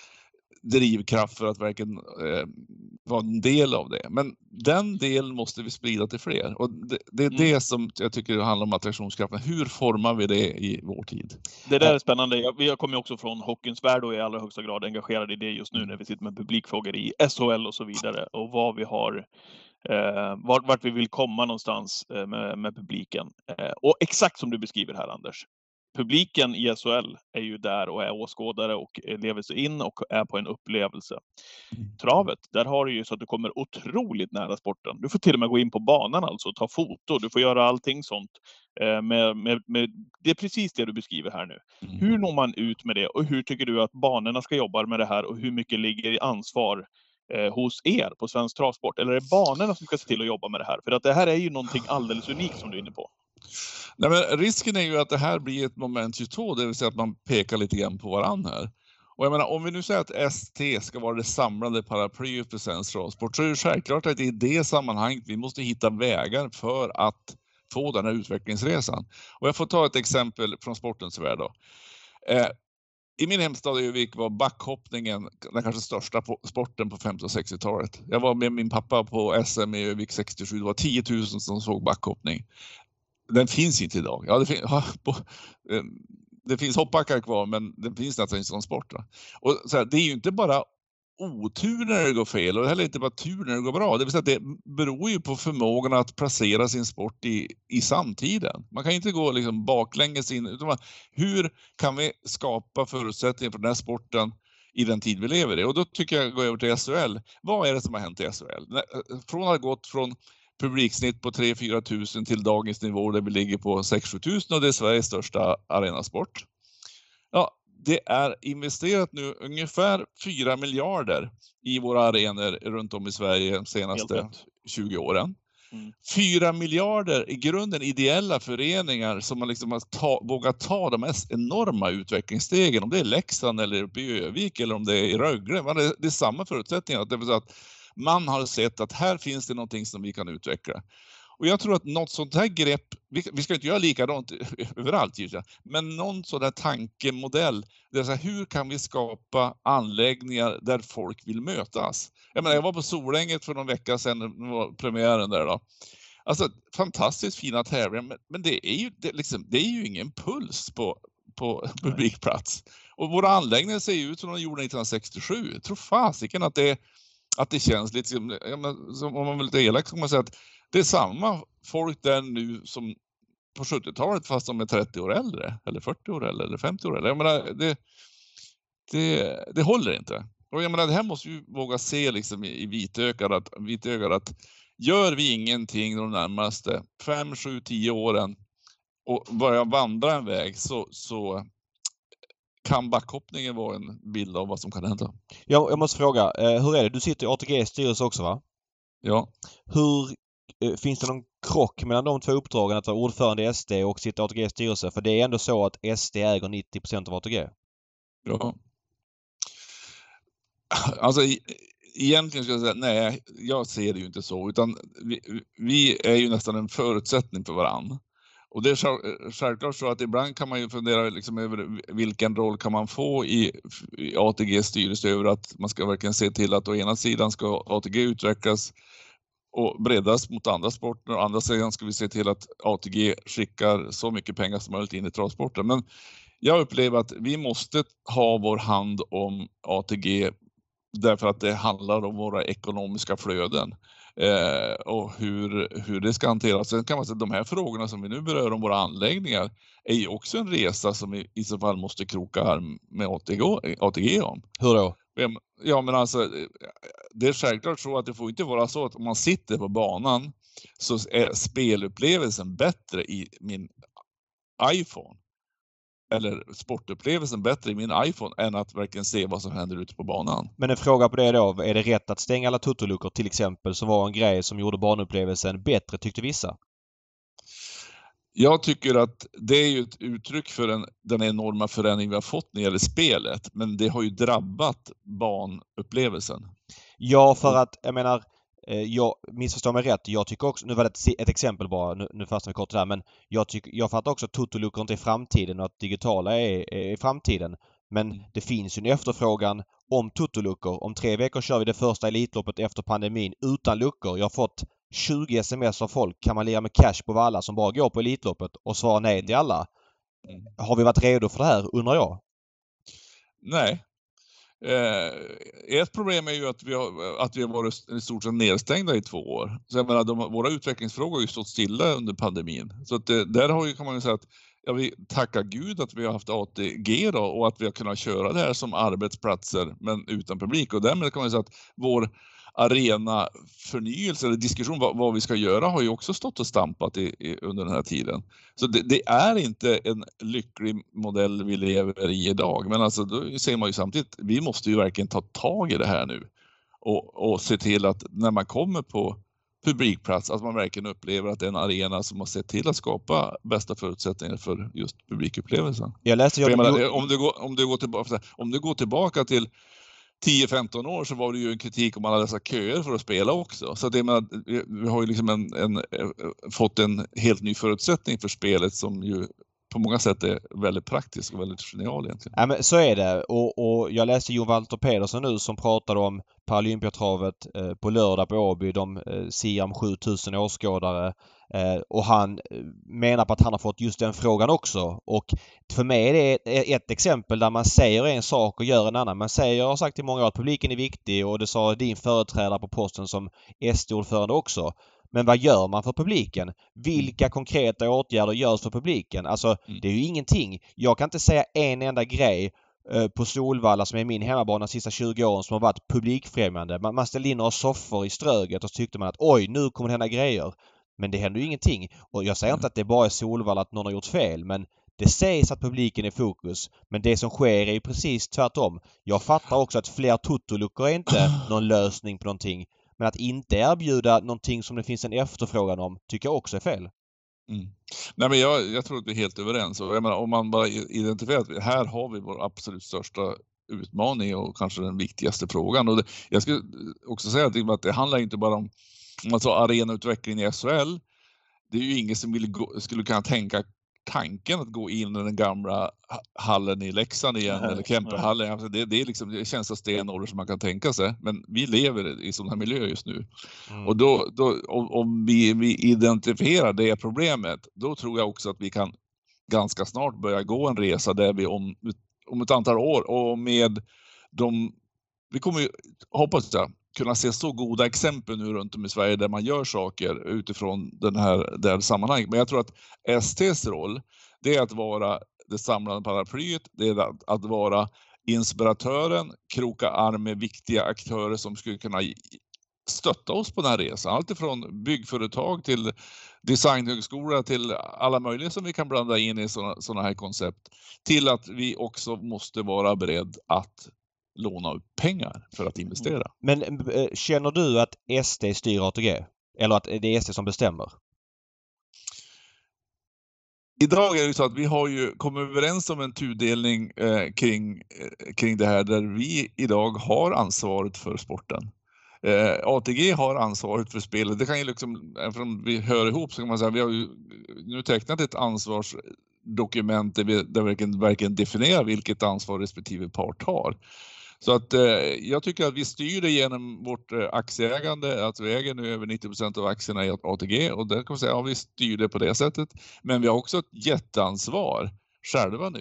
H: drivkraft för att verkligen eh, vara en del av det. Men den delen måste vi sprida till fler. Och det, det är mm. det som jag tycker handlar om attraktionskraften. Hur formar vi det i vår tid?
A: Det där är spännande. Jag, jag kommer också från hockeyns värld och är i allra högsta grad engagerad i det just nu när vi sitter med publikfrågor i S H L och så vidare. Och vad vi har... Eh, vart, vart vi vill komma någonstans eh, med, med publiken. Eh, och exakt som du beskriver här, Anders. Publiken i S H L är ju där och är åskådare och lever sig in och är på en upplevelse. Travet, där har du ju så att du kommer otroligt nära sporten. Du får till och med gå in på banan alltså och ta foto. Du får göra allting sånt. Eh, med, med, med, det är precis det du beskriver här nu. Mm. Hur når man ut med det och hur tycker du att banorna ska jobba med det här och hur mycket ligger i ansvar eh, hos er på Svensk Travsport? Eller är det banorna som ska se till att jobba med det här? För att det här är ju någonting alldeles unikt som du är inne på.
H: Nej, men risken är ju att det här blir ett moment tjugotvå, det vill säga att man pekar lite grann på varann här. Och jag menar, om vi nu säger att S T ska vara det samlade paraplyet för Svensk Travsport så är det självklart att i det sammanhanget vi måste hitta vägar för att få den här utvecklingsresan. Och jag får ta ett exempel från sportens värld då. Eh, I min hemstad Övik var backhoppningen den kanske största sporten på femtio- och sextiotalet. Jag var med min pappa på S M i Övik sextiosju, det var tio tusen som såg backhoppning. Den finns inte idag. Ja, det, fin- ja, på, det finns hoppbackar kvar men det finns nästan inte som sport. Va? Och så här, det är ju inte bara otur när det går fel och det är heller inte bara tur när det går bra. Det vill säga att det beror ju på förmågan att placera sin sport i, i samtiden. Man kan inte gå liksom baklänges in. Utan man, hur kan vi skapa förutsättningar för den här sporten i den tid vi lever i? Och då tycker jag gå över till S H L. Vad är det som har hänt i S H L? Från att ha gått från publiksnitt på tre till fyra tusen till dagens nivå där vi ligger på sex till sju tusen och det är Sveriges största arenasport. Ja, det är investerat nu ungefär fyra miljarder i våra arenor runt om i Sverige de senaste tjugo åren. Mm. fyra miljarder i grunden ideella föreningar som man liksom har ta, vågat ta de mest enorma utvecklingsstegen. Om det är Leksand eller uppe i Övik eller om det är i Rögle. Men det, det är samma förutsättningar. Det vill säga att man har sett att här finns det någonting som vi kan utveckla. Och jag tror att något sånt här grepp, vi, vi ska inte göra likadant överallt givetvis, men någon sån där tankemodell, det är så här, hur kan vi skapa anläggningar där folk vill mötas? Jag menar, jag var på Solänget för någon vecka sedan, det var premiären där då. Alltså fantastiskt fina tävlingar, men, men det är ju det, liksom, det är ju ingen puls på, på publikplats. Och våra anläggningar ser ju ut som de gjorde nittonhundrasextiosju. Jag tror fasiken att det att det känns lite som, som om man vill lite elakt kan man säga att det är samma folk där nu som på sjuttiotalet fast de är trettio år äldre eller fyrtio år äldre eller femtio år äldre. Jag menar, det, det, det håller inte. Och jag menar, det här måste vi våga se liksom i, i vitögat att, vitögat att gör vi ingenting de närmaste fem, sju, tio åren och börjar vandra en väg så, så kan backhoppningen vara en bild av vad som kan hända?
B: Jag, jag måste fråga, eh, hur är det? Du sitter i A T G:s styrelse också, va?
H: Ja.
B: Hur eh, finns det någon krock mellan de två uppdragen att vara ordförande i S D och sitta i A T G:s styrelse? För det är ändå så att S D äger nittio procent av A T G.
H: Ja. Alltså egentligen ska jag säga nej, jag ser det ju inte så utan vi, vi är ju nästan en förutsättning för varann. Och det är självklart så att ibland kan man ju fundera liksom över vilken roll kan man få i, i A T G:s styrelse över att man ska verkligen se till att å ena sidan ska A T G utvecklas och breddas mot andra sporter och å andra sidan ska vi se till att A T G skickar så mycket pengar som möjligt in i travsporten. Men jag upplever att vi måste ha vår hand om A T G därför att det handlar om våra ekonomiska flöden. Eh, och hur, hur det ska hanteras. Sen kan man säga att de här frågorna som vi nu berör om våra anläggningar är ju också en resa som vi i så fall måste kroka arm med A T G, A T G om.
B: Hur då?
H: Ja, men alltså det är självklart så att det får inte vara så att om man sitter på banan så är spelupplevelsen bättre i min iPhone eller sportupplevelsen bättre i min iPhone än att verkligen se vad som händer ute på banan.
B: Men en fråga på det då. Är det rätt att stänga alla tutoluckor till exempel, som var en grej som gjorde banupplevelsen bättre, tyckte vissa?
H: Jag tycker att det är ju ett uttryck för den, den enorma förändring vi har fått när det gäller spelet. Men det har ju drabbat banupplevelsen.
B: Ja, för att jag menar, jag missförstår mig rätt. Jag tycker också, nu var det ett, ett exempel bara, nu, nu fastnar vi kort där, men jag tycker, jag fattar också att tutoluckor inte är framtiden och att digitala är, är framtiden. Men det finns ju en efterfrågan om tutoluckor. Om tre veckor kör vi det första Elitloppet efter pandemin utan luckor. Jag har fått tjugo sms av folk. Kan man lira med cash på Valla som bara går på Elitloppet och svara nej till alla? Har vi varit redo för det här, undrar jag?
H: Nej. Eh, ett problem är ju att vi har, att vi har varit i stort sett nedstängda i två år. Så jag menar, de, våra utvecklingsfrågor har ju stått stilla under pandemin. Så att det, där har ju, kan man ju säga att ja, vi tackar Gud att vi har haft A T G då, och att vi har kunnat köra det här som arbetsplatser men utan publik. Och därmed kan man säga att vår arena förnyelse eller diskussion vad, vad vi ska göra har ju också stått och stampat i, i, under den här tiden. Så det, det är inte en lycklig modell vi lever i idag. Men alltså då ser man ju samtidigt, vi måste ju verkligen ta tag i det här nu. Och, och se till att när man kommer på publikplats att man verkligen upplever att det är en arena som har sett till att skapa bästa förutsättningar för just publikupplevelsen.
B: Jag läste jag...
H: jag menar, om, du går, om, du går tillbaka, om du går tillbaka till tio femton år så var det ju en kritik om alla dessa köer för att spela också. Så det menar, vi har ju liksom en, en, fått en helt ny förutsättning för spelet som ju på många sätt är väldigt praktisk och väldigt genial egentligen.
B: Ja, men så är det. Och, och jag läste Jon Walter Pedersen nu som pratade om Paralympiatravet eh, på lördag på Åby. De eh, siar om sjutusen åskådare. Eh, och han menar på att han har fått just den frågan också. Och för mig är det ett, ett exempel där man säger en sak och gör en annan. Man säger, jag har sagt i många år att publiken är viktig och det sa din företrädare på posten som S D-ordförande också. Men vad gör man för publiken? Vilka konkreta åtgärder görs för publiken? Alltså, mm. det är ju ingenting. Jag kan inte säga en enda grej eh, på Solvalla som är min hemmabana de sista tjugo åren som har varit publikfrämjande. Man, man ställde in några soffor i Ströget och så tyckte man att oj, nu kommer det hända grejer. Men det händer ju ingenting. Och jag säger mm. inte att det bara är Solvalla att någon har gjort fel, men det sägs att publiken är fokus. Men det som sker är ju precis tvärtom. Jag fattar också att fler tutoluckor är inte någon lösning på någonting. Men att inte erbjuda någonting som det finns en efterfrågan om tycker jag också är fel.
H: Mm. Nej, men jag, jag tror att vi är helt överens. Och jag menar, om man bara identifierar att här har vi vår absolut största utmaning och kanske den viktigaste frågan. Och det, jag skulle också säga att det, att det handlar inte bara om alltså arenautveckling i S H L. Det är ju ingen som vill gå, skulle kunna tänka tanken att gå in i den gamla hallen i Leksand igen nej, eller Kemperhallen. Alltså det, det, är liksom, det känns så stenålder som man kan tänka sig. Men vi lever i sån här miljö just nu. Mm. Och då, då, om, om vi, vi identifierar det problemet, då tror jag också att vi kan ganska snart börja gå en resa där vi om, om ett antal år och med de, vi kommer ju, hoppas jag, kunna se så goda exempel nu runt om i Sverige där man gör saker utifrån den här, det här sammanhanget. Men jag tror att S T:s roll, det är att vara det samlande paraplyet, det är att, att vara inspiratören, kroka arm med viktiga aktörer som skulle kunna stötta oss på den här resan. Allt ifrån byggföretag till designhögskola till alla möjliga som vi kan blanda in i såna, såna här koncept. Till att vi också måste vara beredd att låna upp pengar för att investera.
B: Men äh, känner du att S D styr A T G? Eller att det är S D som bestämmer?
H: Idag är det ju så att vi har ju kommit överens om en tudelning eh, kring, eh, kring det här där vi idag har ansvaret för sporten. Eh, A T G har ansvaret för spelet. Det kan ju liksom, eftersom vi hör ihop så kan man säga vi har ju nu tecknat ett ansvarsdokument där vi där vi verkligen, verkligen definierar vilket ansvar respektive part har. Så att eh, jag tycker att vi styr det genom vårt eh, aktieägande, att vi äger nu över nittio procent av aktierna i A T G och där kan man säga att ja, vi styr det på det sättet. Men vi har också ett jätteansvar själva nu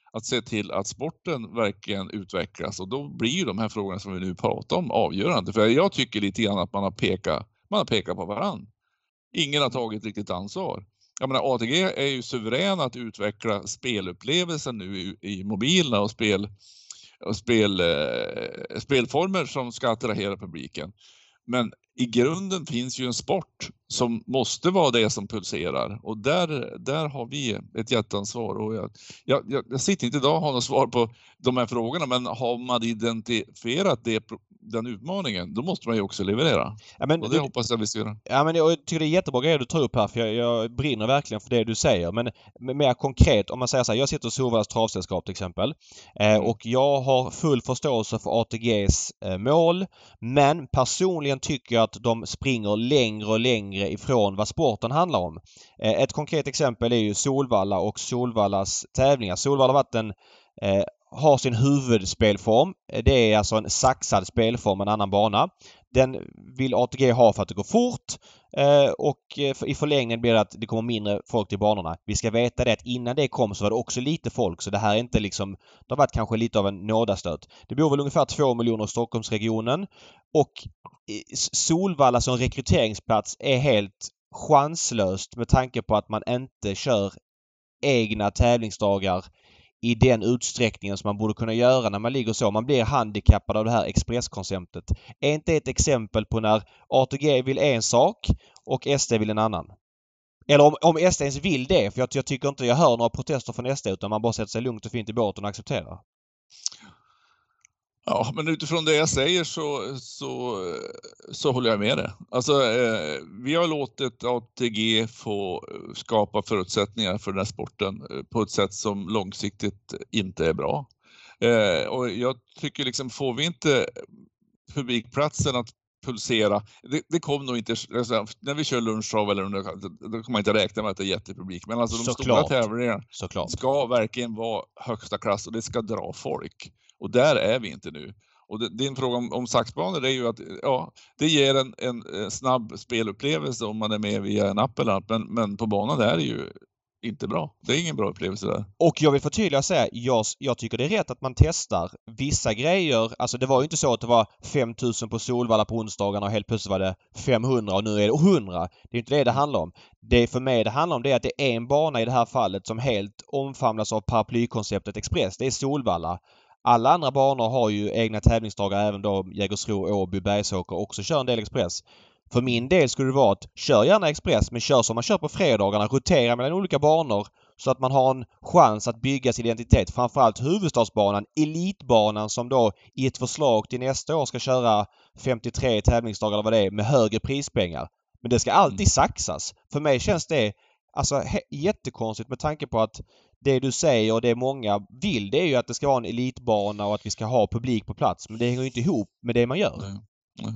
H: att se till att sporten verkligen utvecklas. Och då blir ju de här frågorna som vi nu pratar om avgörande. För jag tycker lite grann att man har pekat, man har pekat på varann. Ingen har tagit riktigt ansvar. Jag menar, A T G är ju suverän att utveckla spelupplevelsen nu i, i mobilerna och spel och spel, eh, spelformer som ska attrahera publiken. Men i grunden finns ju en sport som måste vara det som pulserar. Och där, där har vi ett jätteansvar. Och jag, jag, jag sitter inte idag och har något svar på de här frågorna. Men har man identifierat det, den utmaningen, då måste man ju också leverera.
B: Ja, men
H: och det
B: du,
H: hoppas jag vi ska göra.
B: Ja, men jag tycker det är jättebra grejer du tar upp här. För jag, jag brinner verkligen för det du säger. Men mer konkret, om man säger så här. Jag sitter i Solvallas travsällskap till exempel. Eh, mm. Och jag har full förståelse för A T G:s eh, mål. Men personligen tycker jag att de springer längre och längre ifrån vad sporten handlar om. Eh, ett konkret exempel är ju Solvalla och Solvallas tävlingar. Solvalla har varit en eh, har sin huvudspelform. Det är alltså en saxad spelform, en annan bana. Den vill A T G ha för att det går fort eh, och i förlängningen blir det att det kommer mindre folk till banorna. Vi ska veta det att innan det kom så var det också lite folk, så det här är inte liksom, det har varit kanske lite av en nådastöt. Det bor väl ungefär två miljoner i Stockholmsregionen och Solvalla som rekryteringsplats är helt chanslöst med tanke på att man inte kör egna tävlingsdagar i den utsträckningen som man borde kunna göra när man ligger så. Man blir handikappad av det här expresskonceptet. Är inte ett exempel på när A T G vill en sak och S D vill en annan? Eller om, om S D ens vill det, för jag, jag tycker inte jag hör några protester från S D utan man bara sätter sig lugnt och fint i båten och accepterar.
H: Ja, men utifrån det jag säger så, så, så håller jag med det. Alltså, eh, vi har låtit A T G få skapa förutsättningar för den här sporten på ett sätt som långsiktigt inte är bra. Eh, och jag tycker liksom, får vi inte publikplatsen att pulsera, det, det kommer nog inte, alltså, när vi kör lunchtrav eller under, då kan man inte räkna med att det är jättepublik. Men alltså de
B: så
H: stora
B: klart.
H: tävlingarna
B: så klart.
H: ska verkligen vara högsta klass och det ska dra folk. Och där är vi inte nu. Och det, det är en fråga om, om saxbanor, det är ju att ja, det ger en, en snabb spelupplevelse om man är med via en app eller annat. Men, men på banan är det ju inte bra. Det är ingen bra upplevelse där.
B: Och jag vill förtydliga och säga, jag, jag tycker det är rätt att man testar vissa grejer. Alltså det var ju inte så att det var fem tusen på Solvalla på onsdagarna och helt plötsligt var det femhundra och nu är det hundra. Det är inte det det handlar om. Det för mig det handlar om det är att det är en bana i det här fallet som helt omfamnas av paraplykonceptet Express. Det är Solvalla. Alla andra banor har ju egna tävlingsdagar, även då Jägersro, Åby, Bergsåker också kör en del Express. För min del skulle det vara att kör gärna Express, men kör som man kör på fredagarna, rotera mellan olika banor så att man har en chans att bygga sin identitet. Framförallt huvudstadsbanan, elitbanan som då i ett förslag till nästa år ska köra femtiotre tävlingsdagar eller vad det är med högre prispengar. Men det ska alltid saxas. För mig känns det alltså jättekonstigt med tanke på att det du säger och det många vill, det är ju att det ska vara en elitbana och att vi ska ha publik på plats. Men det hänger ju inte ihop med det man gör.
H: Nej, nej.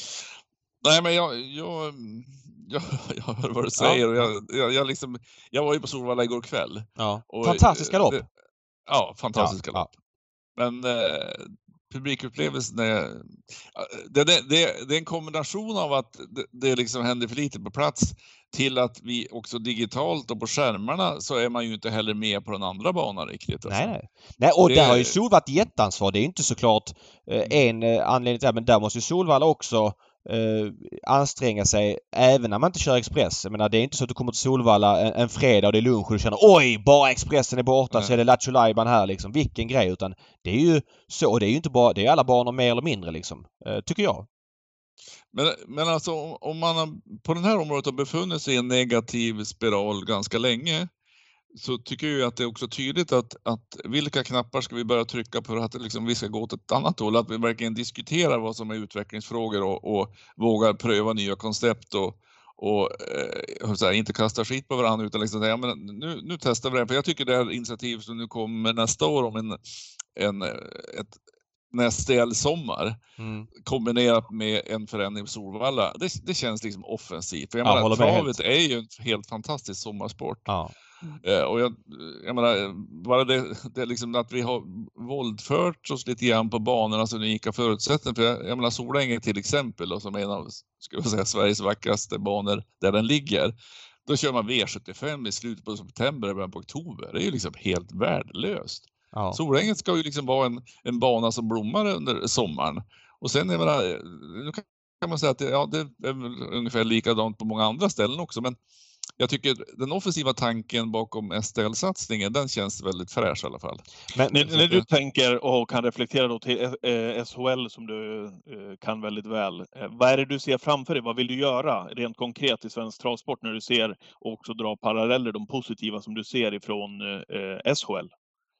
H: nej men jag, jag, jag, jag hör vad du säger. Ja. Och jag, jag, jag, liksom, jag var ju på Solvalla igår kväll.
B: Ja.
H: Och,
B: fantastiska lopp.
H: Det, ja, fantastiska
B: ja,
H: lopp. Ja. Men eh, publikupplevelsen är... Det, det, det, det är en kombination av att det, det liksom händer för lite på plats till att vi också digitalt och på skärmarna så är man ju inte heller med på den andra banan riktigt. Alltså.
B: Nej, nej. nej och
H: det...
B: där har ju Solvalla ett jätteansvar. Det är inte såklart eh, en eh, anledning till det, men där måste ju Solvalla också eh, anstränga sig även när man inte kör Express. Jag menar, det är inte så att du kommer till Solvalla en, en fredag och det är lunch och du känner oj, bara Expressen är borta nej. Så är det Lattjo Lajban här liksom. Vilken grej, utan det är ju så, och det är ju inte bara, det är alla banor mer eller mindre liksom, eh, tycker jag.
H: Men, men alltså om man har, på den här området har befunnit sig i en negativ spiral ganska länge, så tycker jag att det är också tydligt att, att vilka knappar ska vi börja trycka på för att liksom vi ska gå åt ett annat håll. Att vi verkligen diskuterar vad som är utvecklingsfrågor och, och vågar pröva nya koncept och, och eh, så här, inte kasta skit på varandra utan liksom, ja, men nu, nu testar vi det. För jag tycker det här initiativ som nu kommer nästa år om en, en, ett nästa sommar mm. kombinerat med en förändring på Solvalla, det, det känns liksom offensivt. För jag ja, menar, travet är ju en helt fantastisk sommarsport.
B: Ja.
H: Eh, och jag, jag menar, bara det, det är liksom att vi har våldfört oss lite grann på banornas unika förutsättningar. För jag, jag menar, Solänge till exempel, då, som är en av, ska jag säga, Sveriges vackraste banor där den ligger. Då kör man V sjuttiofem i slutet på september och början på oktober. Det är ju liksom helt värdelöst.
B: Ja.
H: Solänget ska ju liksom vara en, en bana som blommar under sommaren. Och sen är det, nu kan man säga att det, ja, det är väl ungefär likadant på många andra ställen också. Men jag tycker den offensiva tanken bakom S T L-satsningen, den känns väldigt fräsch i alla fall.
A: Men när, när du tänker och kan reflektera då till S H L som du kan väldigt väl. Vad är det du ser framför dig? Vad vill du göra rent konkret i svensk travsport när du ser och också dra paralleller, de positiva som du ser ifrån S H L?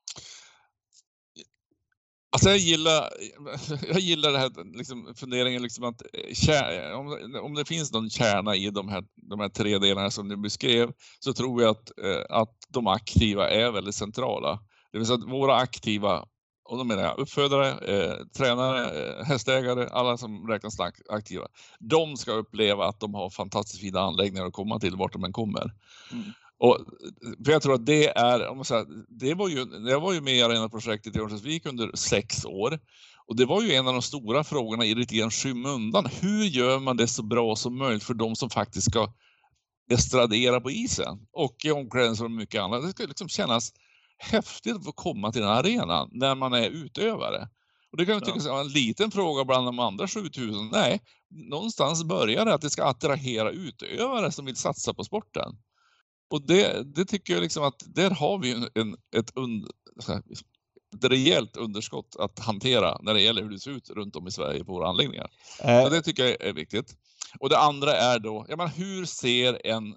H: Alltså jag gillar, jag gillar det här liksom, funderingen liksom att om, om det finns någon kärna i de här, de här tre delarna som du beskrev, så tror jag att, att de aktiva är väldigt centrala. Det vill säga att våra aktiva, och då menar jag uppfödare, eh, tränare, eh, hästägare, alla som räknas aktiva, de ska uppleva att de har fantastiskt fina anläggningar att komma till vart de än kommer. Mm. Och för jag tror att det är, om man säger, det var ju, jag var ju med i Arena-projektet i Örnsköldsvik under sex år. Och det var ju en av de stora frågorna i lite grann skymundan. Hur gör man det så bra som möjligt för de som faktiskt ska estradera på isen? Och i omklädningsrum och mycket annat. Det ska liksom kännas häftigt att få komma till den här arenan när man är utövare. Och det kan ju tyckas vara en liten fråga bland de andra sjutusen. Nej, någonstans börjar det att det ska attrahera utövare som vill satsa på sporten. Och det, det tycker jag liksom att där har vi en, ett, und, ett rejält underskott att hantera när det gäller hur det ser ut runt om i Sverige på våra anläggningar. Äh. Så det tycker jag är viktigt. Och det andra är då, jag menar, hur ser en,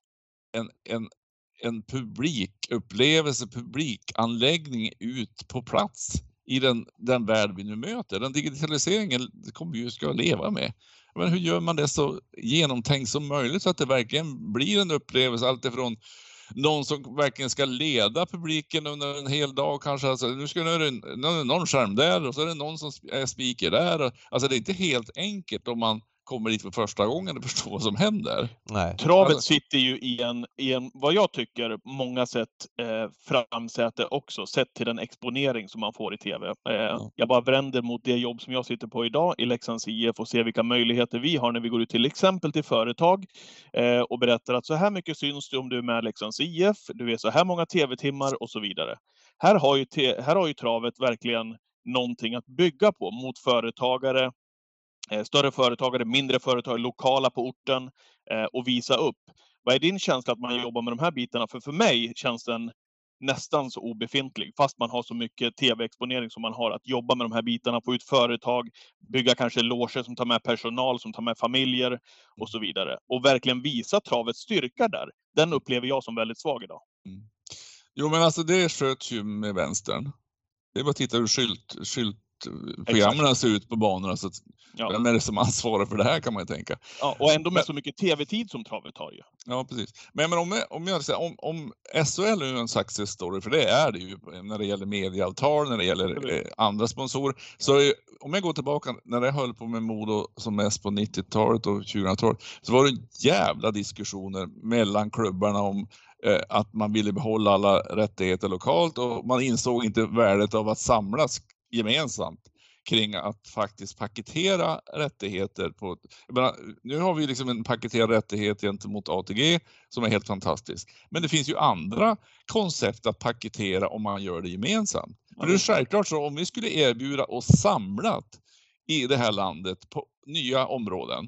H: en, en, en publikupplevelse, publikanläggning ut på plats i den, den värld vi nu möter? Den digitaliseringen kommer vi ju ska leva med. Men hur gör man det så genomtänkt som möjligt så att det verkligen blir en upplevelse, allt ifrån någon som verkligen ska leda publiken under en hel dag kanske, alltså, nu ska nu är det någon skärm där och så är det någon som är speaker där, alltså det är inte helt enkelt om man kommer dit för första gången och förstår vad som händer.
A: Nej. Travet alltså sitter ju i en, i en, vad jag tycker, många sätt eh, framsäte också, sett till den exponering som man får i tv. Eh, mm. Jag bara vänder mot det jobb som jag sitter på idag i Leksands I F och ser vilka möjligheter vi har när vi går ut till exempel till företag eh, och berättar att så här mycket syns du om du är med Leksands I F, du vet så här många tv-timmar och så vidare. Här har ju, te, här har ju travet verkligen någonting att bygga på mot företagare, större företagare, mindre företag, lokala på orten eh, och visa upp. Vad är din känsla att man jobbar med de här bitarna? För för mig känns den nästan så obefintlig, fast man har så mycket tv-exponering som man har, att jobba med de här bitarna, få ut företag, bygga kanske loger som tar med personal, som tar med familjer och så vidare. Och verkligen visa travets styrka där. Den upplever jag som väldigt svag idag.
H: Mm. Jo, men alltså det sköts ju med vänstern. Det är bara att titta hur skylt, skylt programmen ser ut på banorna, så att ja. Vem är det som ansvarar för det här, kan man ju tänka.
A: Ja, och ändå med men, så mycket tv-tid som travet har ju.
H: Ja, precis. Men, men om, jag, om jag säger om, om S H L är en success story, för det är det ju när det gäller medieavtal, när det gäller eh, andra sponsorer. Så är, om jag går tillbaka när jag höll på med Modo som mest på nittiotalet och tjugohundratalet, så var det jävla diskussioner mellan klubbarna om eh, att man ville behålla alla rättigheter lokalt, och man insåg inte värdet av att samlas gemensamt kring att faktiskt paketera rättigheter på, jag menar, nu har vi liksom en paketerad rättighet gentemot A T G som är helt fantastisk. Men det finns ju andra koncept att paketera om man gör det gemensamt. Men det är självklart så, om vi skulle erbjuda oss samlat i det här landet på nya områden,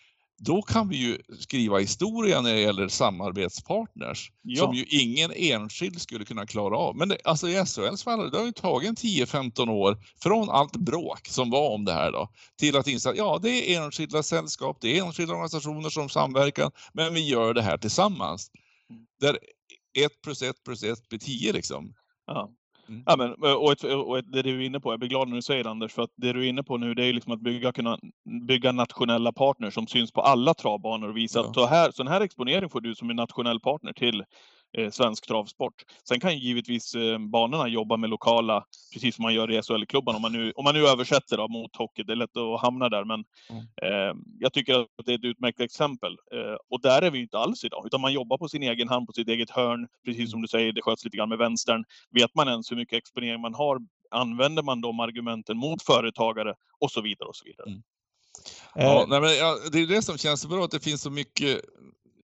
H: då kan vi ju skriva historia när det gäller samarbetspartners, ja, som ju ingen enskild skulle kunna klara av. Men det, alltså i S H L:s fall, det har ju tagit tio femton år från allt bråk som var om det här då, till att inse att ja, det är enskilda sällskap, det är enskilda organisationer som samverkar, men vi gör det här tillsammans. Där ett plus ett plus ett blir tio liksom.
A: Ja. Mm. Ja, men, och, ett, och ett, det du är inne på, jag blir glad när du säger, Anders, för att det du är inne på nu, det är liksom att bygga, kunna bygga nationella partners som syns på alla travbanor och visa, ja, att så här, sån här exponering får du som en nationell partner till eh, svensk travsport. Sen kan ju givetvis eh, banorna jobba med lokala, precis som man gör i S H L-klubban, om man nu, om man nu översätter då, mot hockey, det är lätt att hamna där, men mm. eh, jag tycker att det är ett utmärkt exempel. Eh, och där är vi inte alls idag, utan man jobbar på sin egen hand, på sitt eget hörn, precis som du säger, det sköts lite grann med vänstern. Vet man ens hur mycket exponering man har, använder man de argumenten mot företagare och så vidare och så vidare. Mm.
H: Ja, nej, men, ja, det är det som känns så bra, att det finns så mycket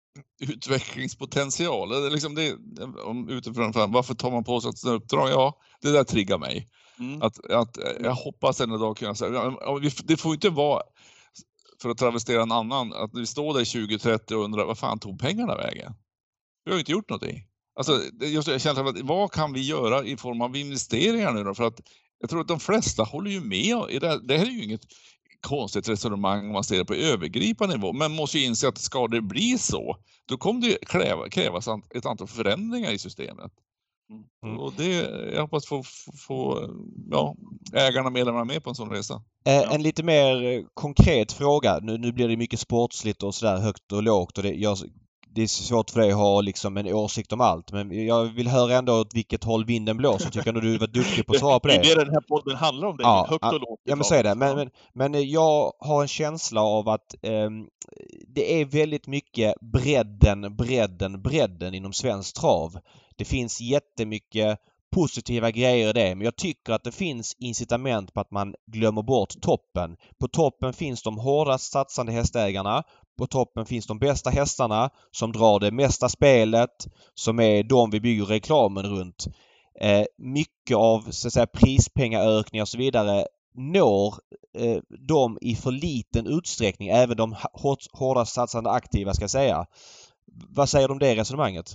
H: utvecklingspotential. Det är liksom det, om, utifrån, varför tar man på sig ett uppdrag? Ja, det där triggar mig. Mm. Att, att jag hoppas en dag kunna säga, det får inte vara, för att travestera en annan, att vi står där tjugo trettio och undrar, vad fan tog pengarna vägen? Vi har ju inte gjort någonting. Alltså, just, jag känner att vad kan vi göra i form av investeringar nu då? För att jag tror att de flesta håller ju med. Det, det här är ju inget konstigt resonemang om man ser det på övergripande nivå. Men måste ju inse att ska det bli så, då kommer det kräva, krävas ett antal förändringar i systemet. Mm. Och det, jag hoppas få, få ja, ägarna medlemmarna med på en sån resa.
B: Eh,
H: ja.
B: En lite mer konkret fråga. Nu, nu blir det mycket sportsligt och sådär högt och lågt. Och det, jag, det är svårt för dig att ha liksom en åsikt om allt. Men jag vill höra ändå åt vilket håll vinden blåser. Tycker du var duktig på att svara på det?
A: Det är det den här podden handlar om. Det
B: ja,
A: högt och lågt.
B: Ja, men så är det. Men, men, men jag har en känsla av att eh, det är väldigt mycket bredden, bredden, bredden inom svensk trav. Det finns jättemycket positiva grejer i det, men jag tycker att det finns incitament på att man glömmer bort toppen. På toppen finns de hårdast satsande hästägarna. På toppen finns de bästa hästarna som drar det mesta spelet, som är de vi bygger reklamen runt. Eh, mycket av så att säga, prispengaökningar och så vidare når eh, de i för liten utsträckning, även de hårdast satsande aktiva ska jag säga. Vad säger du om det resonemanget?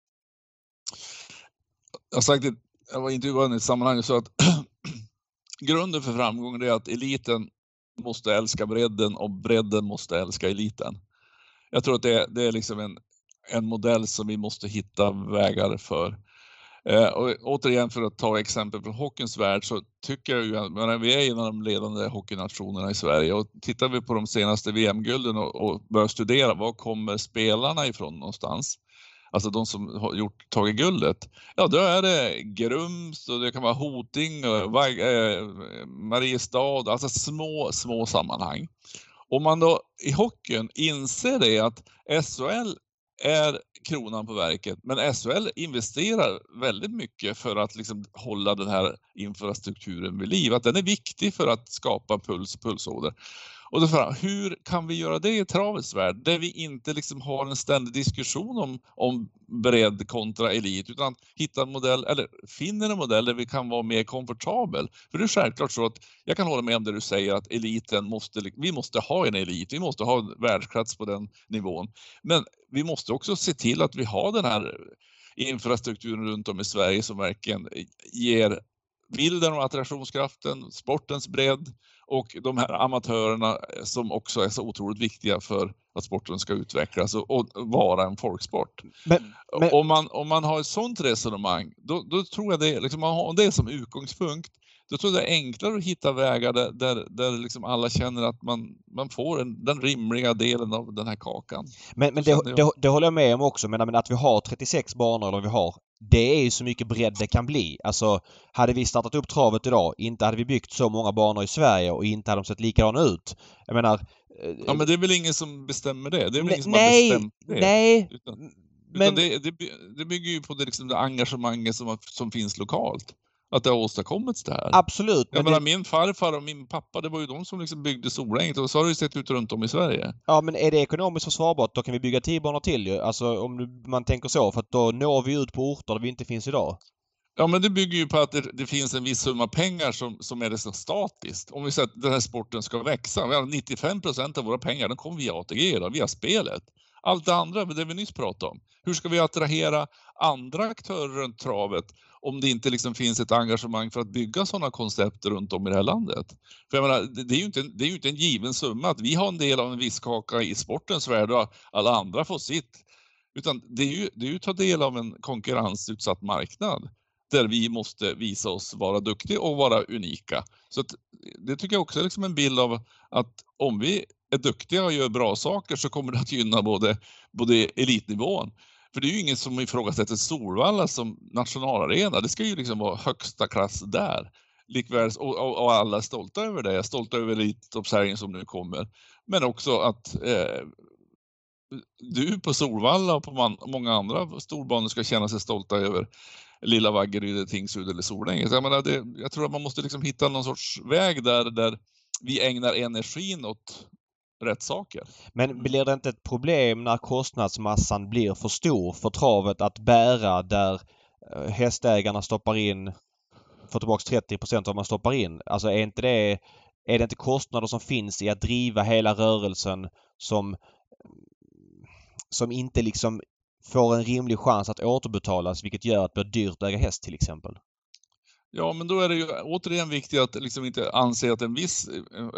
H: Jag har sagt det, jag var intervjuad i ett sammanhang så att grunden för framgång är att eliten måste älska bredden och bredden måste älska eliten. Jag tror att det, det är liksom en, en modell som vi måste hitta vägar för. Eh, och återigen för att ta exempel från hockeyns värld så tycker jag ju att vi är en av de ledande hockeynationerna i Sverige och tittar vi på de senaste V M-gulden och, och börjar studera var kommer spelarna ifrån någonstans. Alltså de som har gjort tagit guldet. Ja, då är det Grums och det kan vara Hoting och eh, Mariestad. Alltså små, små sammanhang. Om man då i hockeyn inser det att S H L är kronan på verket. Men S H L investerar väldigt mycket för att liksom hålla den här infrastrukturen vid liv. Att den är viktig för att skapa puls, pulsåder. Och då frågar hur kan vi göra det i travets värld där vi inte liksom har en ständig diskussion om, om bredd kontra elit utan hitta en modell eller finner en modell där vi kan vara mer komfortabel. För det är självklart så att jag kan hålla med om det du säger att eliten måste, vi måste ha en elit, vi måste ha en världsklass på den nivån. Men vi måste också se till att vi har den här infrastrukturen runt om i Sverige som verkligen ger bilden och attraktionskraften, sportens bredd och de här amatörerna som också är så otroligt viktiga för att sporten ska utvecklas och, och vara en folksport. Men, men... Om, man, om man har ett sånt resonemang, då, då tror jag det, liksom, man har det som utgångspunkt, då tror jag det är enklare att hitta vägar där, där, där liksom alla känner att man, man får en, den rimliga delen av den här kakan.
B: Men, men det, det, det håller jag med om också, men att vi har trettiosex banor eller vi har, det är ju så mycket bredd det kan bli. Alltså, hade vi startat upp travet idag, inte hade vi byggt så många banor i Sverige och inte hade de sett likadana ut. Jag menar...
H: Ja, men det är väl ingen som bestämmer det. Det är väl
B: nej,
H: ingen som
B: nej,
H: har bestämt det.
B: Nej,
H: utan,
B: men...
H: utan det, det, det bygger ju på det, liksom, det engagemanget som, som finns lokalt. Att det har åstadkommits det här.
B: Absolut.
H: Jag menar, det... min farfar och min pappa, det var ju de som liksom byggde Solänget och så har det ju sett ut runt om i Sverige.
B: Ja, men är det ekonomiskt försvarbart, då kan vi bygga tio banor till ju. Alltså om man tänker så, för att då når vi ut på orter där vi inte finns idag.
H: Ja, men det bygger ju på att det, det finns en viss summa pengar som, som är det så statiskt. Om vi säger att den här sporten ska växa, vi har nittiofem procent av våra pengar, de kommer via A T G då, via spelet. Allt det andra, det vi nyss pratade om. Hur ska vi attrahera andra aktörer runt travet om det inte liksom finns ett engagemang för att bygga sådana koncept runt om i det här landet? För jag menar, det är ju inte, det är ju inte en given summa att vi har en del av en viss kaka i sportens värld och alla andra får sitt. Utan det är ju, det är ju att ta del av en konkurrensutsatt marknad där vi måste visa oss vara duktiga och vara unika. Så att, det tycker jag också är liksom en bild av att om vi är duktiga och gör bra saker så kommer det att gynna både, både elitnivån. För det är ju ingen som ifrågasätter Solvalla som nationalarena. Det ska ju liksom vara högsta klass där. Likväl, och, och, och alla är stolta över det. Jag är stolta över elitloppsserien som nu kommer. Men också att eh, du på Solvalla och på man, många andra storbanor ska känna sig stolta över Lilla Vaggeryd, Tingsryd eller Solänge. Jag menar, det, jag tror att man måste liksom hitta någon sorts väg där, där vi ägnar energin åt rätt saker.
B: Men blir det inte ett problem när kostnadsmassan blir för stor för travet att bära, där hästägarna stoppar in, får tillbaka trettio procent av vad man stoppar in? Alltså är inte det, är det inte kostnader som finns i att driva hela rörelsen som, som inte liksom får en rimlig chans att återbetalas, vilket gör att det blir dyrt att äga häst till exempel?
H: Ja, men då är det ju återigen viktigt att liksom inte anse att en viss,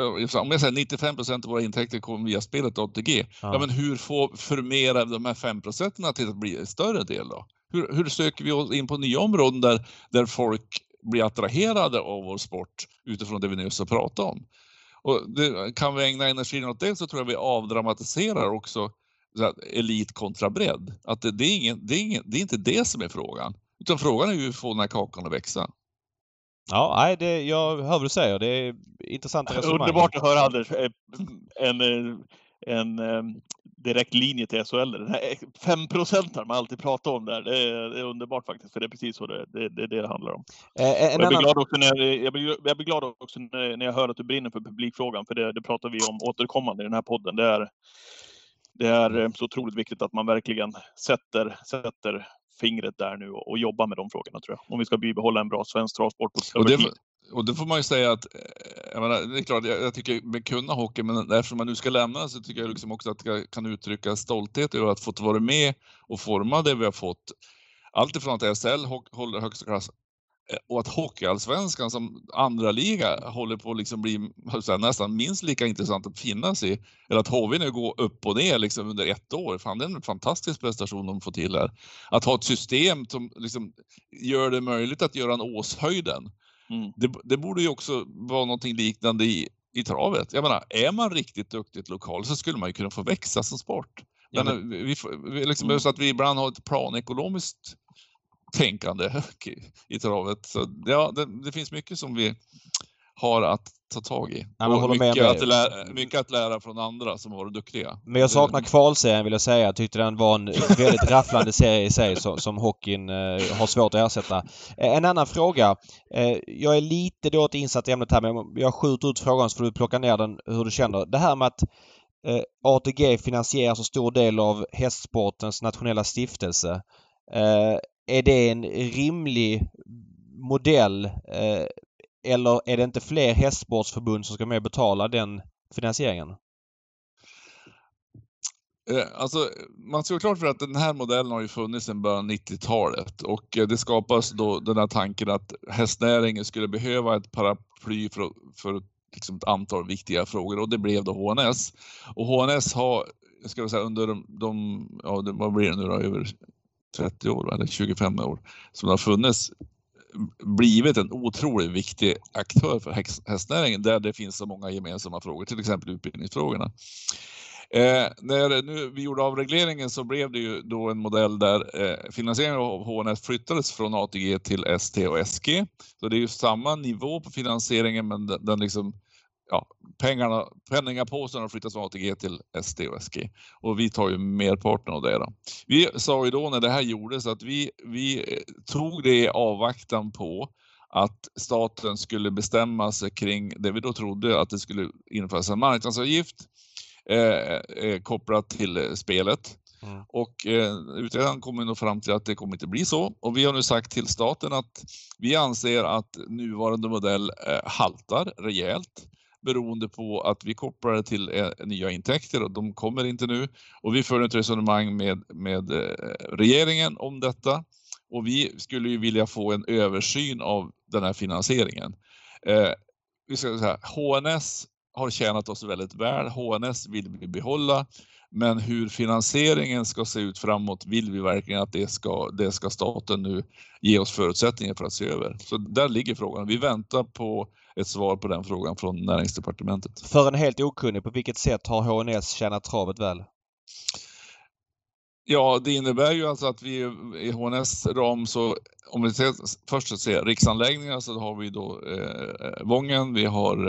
H: om jag säger nittiofem procent av våra intäkter kommer via spelet A T G. Ja, ja men hur får förmera de här fem procenten till att bli en större del då? Hur, hur söker vi oss in på nya områden där, där folk blir attraherade av vår sport utifrån det vi nyss har pratat om? Och det, kan vi ägna energin åt det, så tror jag vi avdramatiserar också så att elit kontra bredd. Att det, det, är ingen, det, är ingen, det är inte det som är frågan. Utan frågan är ju att få den här kakan att växa.
B: Ja, nej, det, jag hör vad du säger. Det är intressant resonemang.
A: Underbart att höra, Anders. En, en, en direkt linje till S H L. Den här fem procent har man alltid pratat om där. Det är, det är underbart faktiskt, för det är precis så det, det, det, det handlar om.
B: Eh, jag,
A: blir
B: annan...
A: glad också när, jag, blir, jag blir glad också när, när jag hör att du brinner för publikfrågan, för det, det pratar vi om återkommande i den här podden. Det är, det är så otroligt viktigt att man verkligen sätter, sätter fingret där nu och, och jobba med de frågorna, tror jag. Om vi ska bibehålla en bra svensk travsport på
H: över tid. Och det får man ju säga att, jag menar, det är klart, jag, jag tycker med kunna hockey, men eftersom man nu ska lämna, så tycker jag liksom också att jag kan uttrycka stolthet över att fått vara med och forma det vi har fått. Allt ifrån att S L håller högsta klass och att hockeyallsvenskan som andra liga håller på att liksom bli säga, nästan minst lika intressant att finnas i. Eller att H V nu går upp och ner liksom under ett år. Fan, det är en fantastisk prestation de får till här. Att ha ett system som liksom gör det möjligt att göra en åshöjden. Mm. Det, det borde ju också vara någonting liknande i, i travet. Jag menar, är man riktigt duktigt lokal så skulle man ju kunna få växa som sport. Men, ja, men... vi, vi liksom mm. så att vi ibland har ett planekonomiskt tänkande i travet. Så ja, det, det finns mycket som vi har att ta tag i.
B: Ja,
H: och mycket,
B: med
H: att lära, mycket att lära från andra som har varit duktiga.
B: Men jag saknar kvalserien, vill jag säga. Jag tyckte den var en väldigt rafflande serie i sig som, som hockeyn eh, har svårt att ersätta. Eh, en annan fråga. Eh, jag är lite då insatt i ämnet här, men jag skjuter ut frågan så får du plocka ner den hur du känner. Det här med att eh, A T G finansierar så stor del av hästsportens nationella stiftelse. Eh, är det en rimlig modell eh, eller är det inte fler hästsportsförbund som ska med betala den finansieringen?
H: Alltså, man ska vara klart för att den här modellen har ju funnits sedan början av nittiotalet och det skapas då den här tanken att hästnäringen skulle behöva ett paraply för, för liksom ett antal viktiga frågor, och det blev då H N S. Och H N S har, ska jag säga, under de, de ja, vad blir det nu då, över trettio år eller tjugofem år som det har funnits, blivit en otroligt viktig aktör för hästnäringen, där det finns så många gemensamma frågor, till exempel utbildningsfrågorna. Eh, när nu vi gjorde avregleringen så blev det ju då en modell där eh, finansieringen av H N S flyttades från A T G till S T och S G. Så det är ju samma nivå på finansieringen, men den, den liksom ja, pengarna, penningapåsen har flyttats från A T G till S T och S G. Och vi tar ju merparten av det då. Vi sa ju då när det här gjordes att vi, vi tog det i avvaktan på att staten skulle bestämma sig kring det vi då trodde, att det skulle införas en marknadsavgift eh, eh, kopplat till eh, spelet. Mm. Och eh, utredaren kommer nog fram till att det kommer inte bli så. Och vi har nu sagt till staten att vi anser att nuvarande modell eh, haltar rejält, beroende på att vi kopplar det till eh, nya intäkter och de kommer inte nu. Och vi för ett resonemang med, med eh, regeringen om detta. Och vi skulle ju vilja få en översyn av den här finansieringen. Eh, vi ska säga, H N S har tjänat oss väldigt väl. H N S vill vi behålla. Men hur finansieringen ska se ut framåt vill vi verkligen att det ska, det ska staten nu ge oss förutsättningar för att se över. Så där ligger frågan. Vi väntar på ett svar på den frågan från Näringsdepartementet.
B: För en helt okunnig, på vilket sätt har H N S tjänat travet väl?
H: Ja, det innebär ju alltså att vi i H N S ram, så om vi ser, först ser riksanläggningar, så har vi då eh, Vången, vi har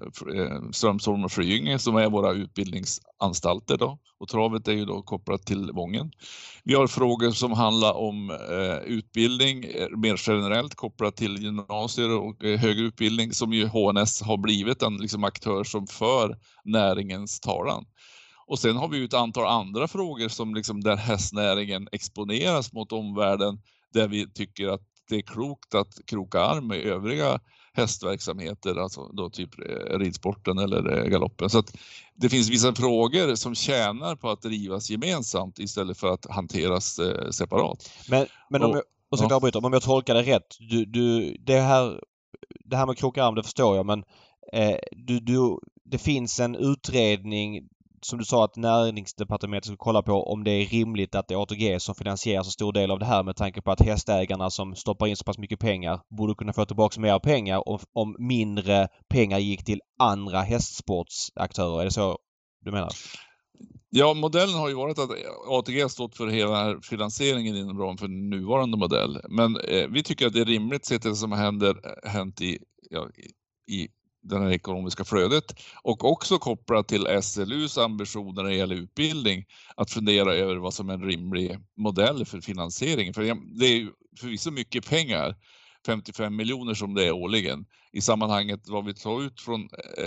H: eh, Strömsholm och Fröjinge som är våra utbildningsanstalter då, och travet är ju då kopplat till Vången. Vi har frågor som handlar om eh, utbildning mer generellt kopplat till gymnasier och eh, högre utbildning, som ju H N S har blivit en liksom, aktör som för näringens talan. Och sen har vi ju ett antal andra frågor som liksom där hästnäringen exponeras mot omvärlden, där vi tycker att det är klokt att kroka arm med övriga hästverksamheter, alltså då typ ridsporten eller galoppen. Så att det finns vissa frågor som tjänar på att drivas gemensamt istället för att hanteras separat.
B: Men, men om, och, jag, och så ja. om jag tolkar det rätt, du, du, det, här, det här med kroka arm, det förstår jag, men eh, du, du, det finns en utredning som du sa att näringsdepartementet ska kolla på om det är rimligt att det är A T G som finansierar så stor del av det här, med tanke på att hästägarna som stoppar in så pass mycket pengar borde kunna få tillbaka mer pengar om, om mindre pengar gick till andra hästsportsaktörer. Är det så du menar?
H: Ja, modellen har ju varit att A T G har stått för hela finansieringen inom ramen för nuvarande modell. Men eh, vi tycker att det är rimligt sett det som händer, hänt i, ja, i det här ekonomiska flödet, och också kopplat till S L U:s ambitioner när det gäller utbildning, att fundera över vad som är en rimlig modell för finansiering. För det är ju förvisso mycket pengar, femtiofem miljoner som det är årligen. I sammanhanget vad vi tar ut från,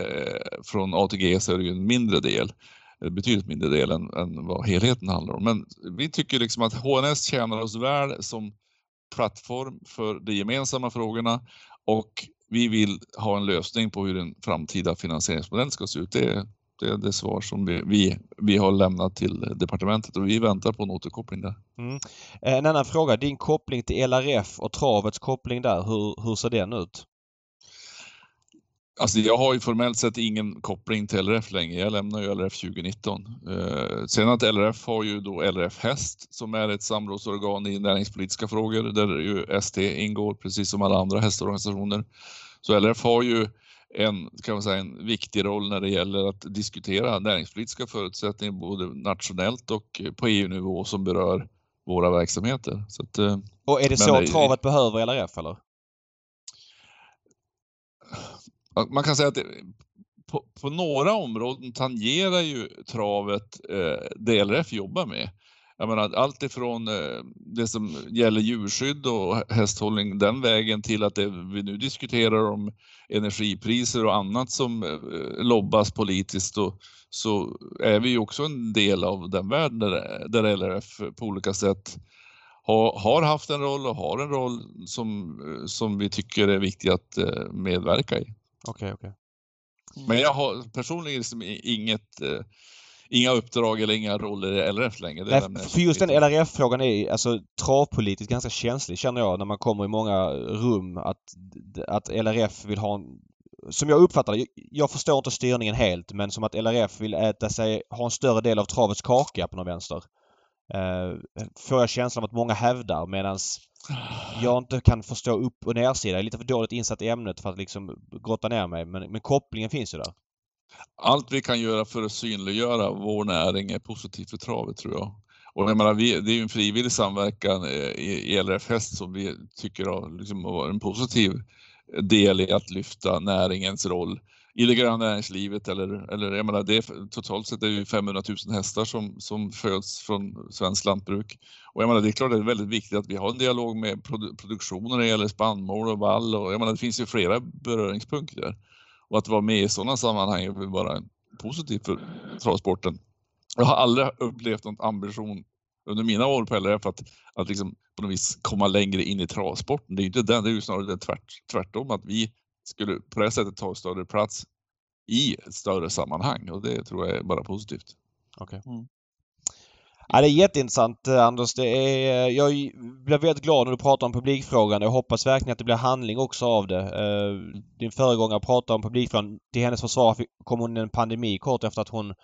H: eh, från A T G så är det ju en mindre del, betydligt mindre del än, än vad helheten handlar om. Men vi tycker liksom att H N S tjänar oss väl som plattform för de gemensamma frågorna, och vi vill ha en lösning på hur den framtida finansieringsmodellen ska se ut. Det är det, är det svar som vi, vi, vi har lämnat till departementet, och vi väntar på en återkoppling där.
B: Mm. En annan fråga, din koppling till L R F och travets koppling där, hur, hur ser den ut?
H: Alltså jag har ju formellt sett ingen koppling till L R F längre. Jag lämnar ju L R F tjugonitton. Eh, sen att L R F har ju då L R F Häst som är ett samrådsorgan i näringspolitiska frågor där ju S T ingår precis som alla andra hästorganisationer. Så L R F har ju en, kan man säga, en viktig roll när det gäller att diskutera näringspolitiska förutsättningar både nationellt och på E U-nivå som berör våra verksamheter. Så att,
B: och är det så att travet behöver L R F eller?
H: Man kan säga att det, på, på några områden tangerar ju travet eh, det L R F jobbar med. Jag menar, allt ifrån eh, det som gäller djurskydd och hästhållning den vägen till att det vi nu diskuterar om energipriser och annat som eh, lobbas politiskt, och, så är vi ju också en del av den världen där, där L R F på olika sätt har, har haft en roll och har en roll som, som vi tycker är viktig att eh, medverka i.
B: Okej, okej.
H: Men jag har personligen liksom inget, eh, inga uppdrag eller inga roller i L R F längre. Det
B: Nej, för just den L R F-frågan är alltså travpolitiskt ganska känslig, känner jag, när man kommer i många rum, att, att L R F vill ha en, som jag uppfattar det, jag förstår inte styrningen helt, men som att L R F vill äta sig, ha en större del av travets kaka på någon vänster. Uh, får jag känslan av att många hävdar, medan jag inte kan förstå upp- och nersida. Jag är lite för dåligt insatt i ämnet för att liksom grotta ner mig, men, men kopplingen finns ju där.
H: Allt vi kan göra för att synliggöra vår näring är positivt för travet, tror jag. Och jag menar, vi, det är ju en frivillig samverkan i, i L R F Häst som vi tycker har liksom varit en positiv del i att lyfta näringens roll i det gröna näringslivet, eller, eller jag menar, det är, totalt sett är det ju femhundratusen hästar som, som föds från svensk lantbruk. Och jag menar, det är klart att det är väldigt viktigt att vi har en dialog med produ- produktionen när det gäller spannmål och vall, och jag menar, det finns ju flera beröringspunkter. Och att vara med i sådana sammanhang är bara positivt för travsporten. Jag har aldrig upplevt någon ambition under mina år på L R F att, att liksom på något vis komma längre in i travsporten. Det är ju inte den, det är ju snarare tvärt, tvärtom, att vi skulle på det sättet ta större plats i ett större sammanhang, och det tror jag är bara positivt.
B: Okej. Okay. Mm. Ja, det är jätteintressant, Anders. Det är, jag blev väldigt glad när du pratar om publikfrågan. Jag hoppas verkligen att det blir handling också av det. Din föregångare pratade om publikfrågan. Till hennes försvar kom hon en pandemi kort efter att hon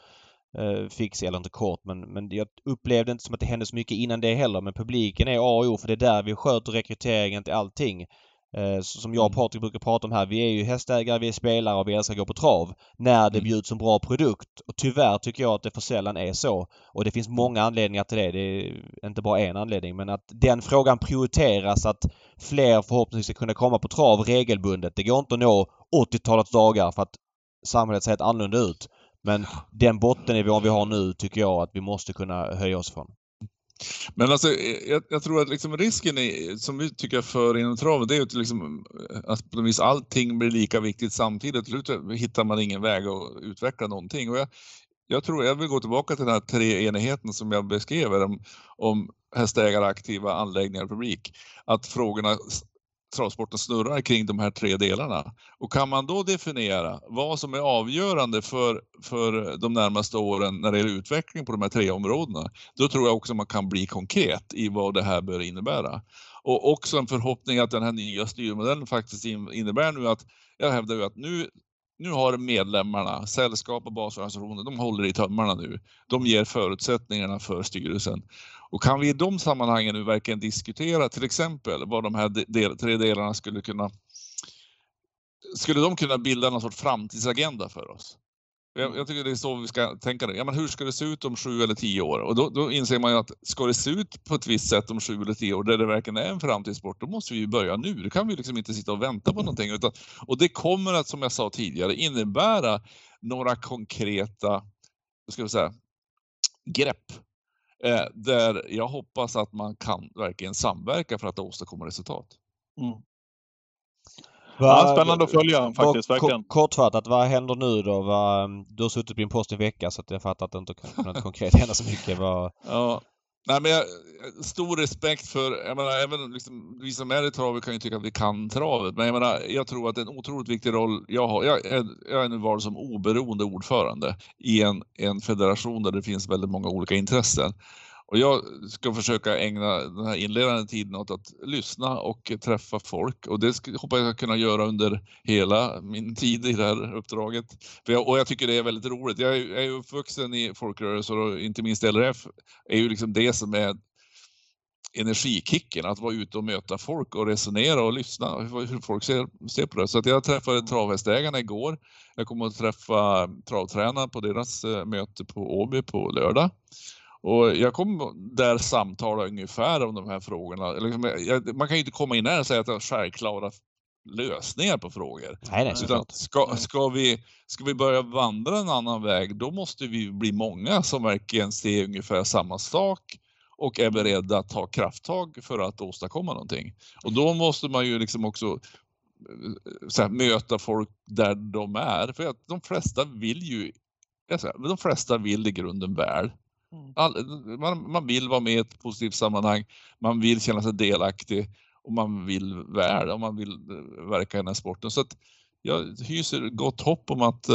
B: fick, eller inte kort, men, men jag upplevde inte som att det hände så mycket innan det heller. Men publiken är A och O, för det är där vi sköter rekryteringen till allting. Eh, som jag och Patrik brukar prata om här. Vi är ju hästägare, vi är spelare och vi älskar att gå på trav. När det bjuds en bra produkt. Och tyvärr tycker jag att det för sällan är så. Och det finns många anledningar till det. Det är inte bara en anledning. Men att den frågan prioriteras, att fler förhoppningsvis ska kunna komma på trav regelbundet. Det går inte att nå åttiotalets dagar för att samhället ser ett annorlunda ut. Men den bottennivån vi har nu tycker jag att vi måste kunna höja oss från.
H: Men alltså, jag, jag tror att liksom risken är, som vi tycker för inom travet, det är att, liksom, att på något vis allting blir lika viktigt samtidigt. Till slut hittar man ingen väg att utveckla någonting. Och jag, jag tror jag vill gå tillbaka till den här treenigheten som jag beskrev om, om hästägare, aktiva, anläggningar och publik. Att frågorna, travsporten snurrar kring de här tre delarna. Och kan man då definiera vad som är avgörande för, för de närmaste åren när det gäller utveckling på de här tre områdena, då tror jag också man kan bli konkret i vad det här bör innebära. Och också en förhoppning att den här nya styrmodellen faktiskt innebär nu att, jag hävdar ju att nu Nu har medlemmarna, sällskap och basorganisationer, de håller i tömmarna nu. De ger förutsättningarna för styrelsen. Och kan vi i de sammanhangen nu verkligen diskutera till exempel vad de här del, tre delarna skulle kunna, skulle de kunna bilda någon sorts framtidsagenda för oss? Jag, jag tycker det är så vi ska tänka det. Ja, men hur ska det se ut om sju eller tio år? Och då, då inser man ju att ska det se ut på ett visst sätt om sju eller tio år där det verkligen är en framtidssport, då måste vi ju börja nu. Det kan vi liksom inte sitta och vänta på någonting. Utan, och det kommer att, som jag sa tidigare, innebära några konkreta, vad ska jag säga, grepp. Eh, där jag hoppas att man kan verkligen samverka för att åstadkomma resultat.
A: Mm. Ja, spännande att följa faktiskt, verkligen.
B: Kortfattat, vad händer nu då? Vad, du har suttit på din post en vecka så att jag fattar att det inte kan något konkret hända så mycket. Vad...
H: Ja, nej men jag, stor respekt för, jag menar, även liksom, vi som är i travet kan ju tycka att vi kan travet. Men jag menar, jag tror att det är en otroligt viktig roll jag har. Jag är, jag är nu vald som oberoende ordförande i en, en federation där det finns väldigt många olika intressen. Och jag ska försöka ägna den här inledande tiden åt att lyssna och träffa folk. Och det ska, hoppas jag kunna göra under hela min tid i det här uppdraget. För jag, och jag tycker det är väldigt roligt. Jag är, jag är uppvuxen i folkrörelser och inte minst L R F är ju liksom det som är energikicken. Att vara ute och möta folk och resonera och lyssna hur folk ser, ser på det. Så att jag träffade travhästägarna igår. Jag kommer att träffa travtränaren på deras möte på Åby på lördag. Och jag kommer där samtala ungefär om de här frågorna. Man kan ju inte komma in här och säga att det är självklara lösningar på frågor.
B: Nej, nej,
H: Utan ska, ska, vi, ska vi börja vandra en annan väg, då måste vi bli många som verkligen ser ungefär samma sak och är beredda att ta krafttag för att åstadkomma någonting. Och då måste man ju liksom också så här, möta folk där de är. För att de flesta vill ju, jag säger, de flesta vill i grunden väl. All, man, man vill vara med i ett positivt sammanhang, man vill känna sig delaktig och man vill väl och man vill verka i den här sporten. Så att jag hyser gott hopp om att,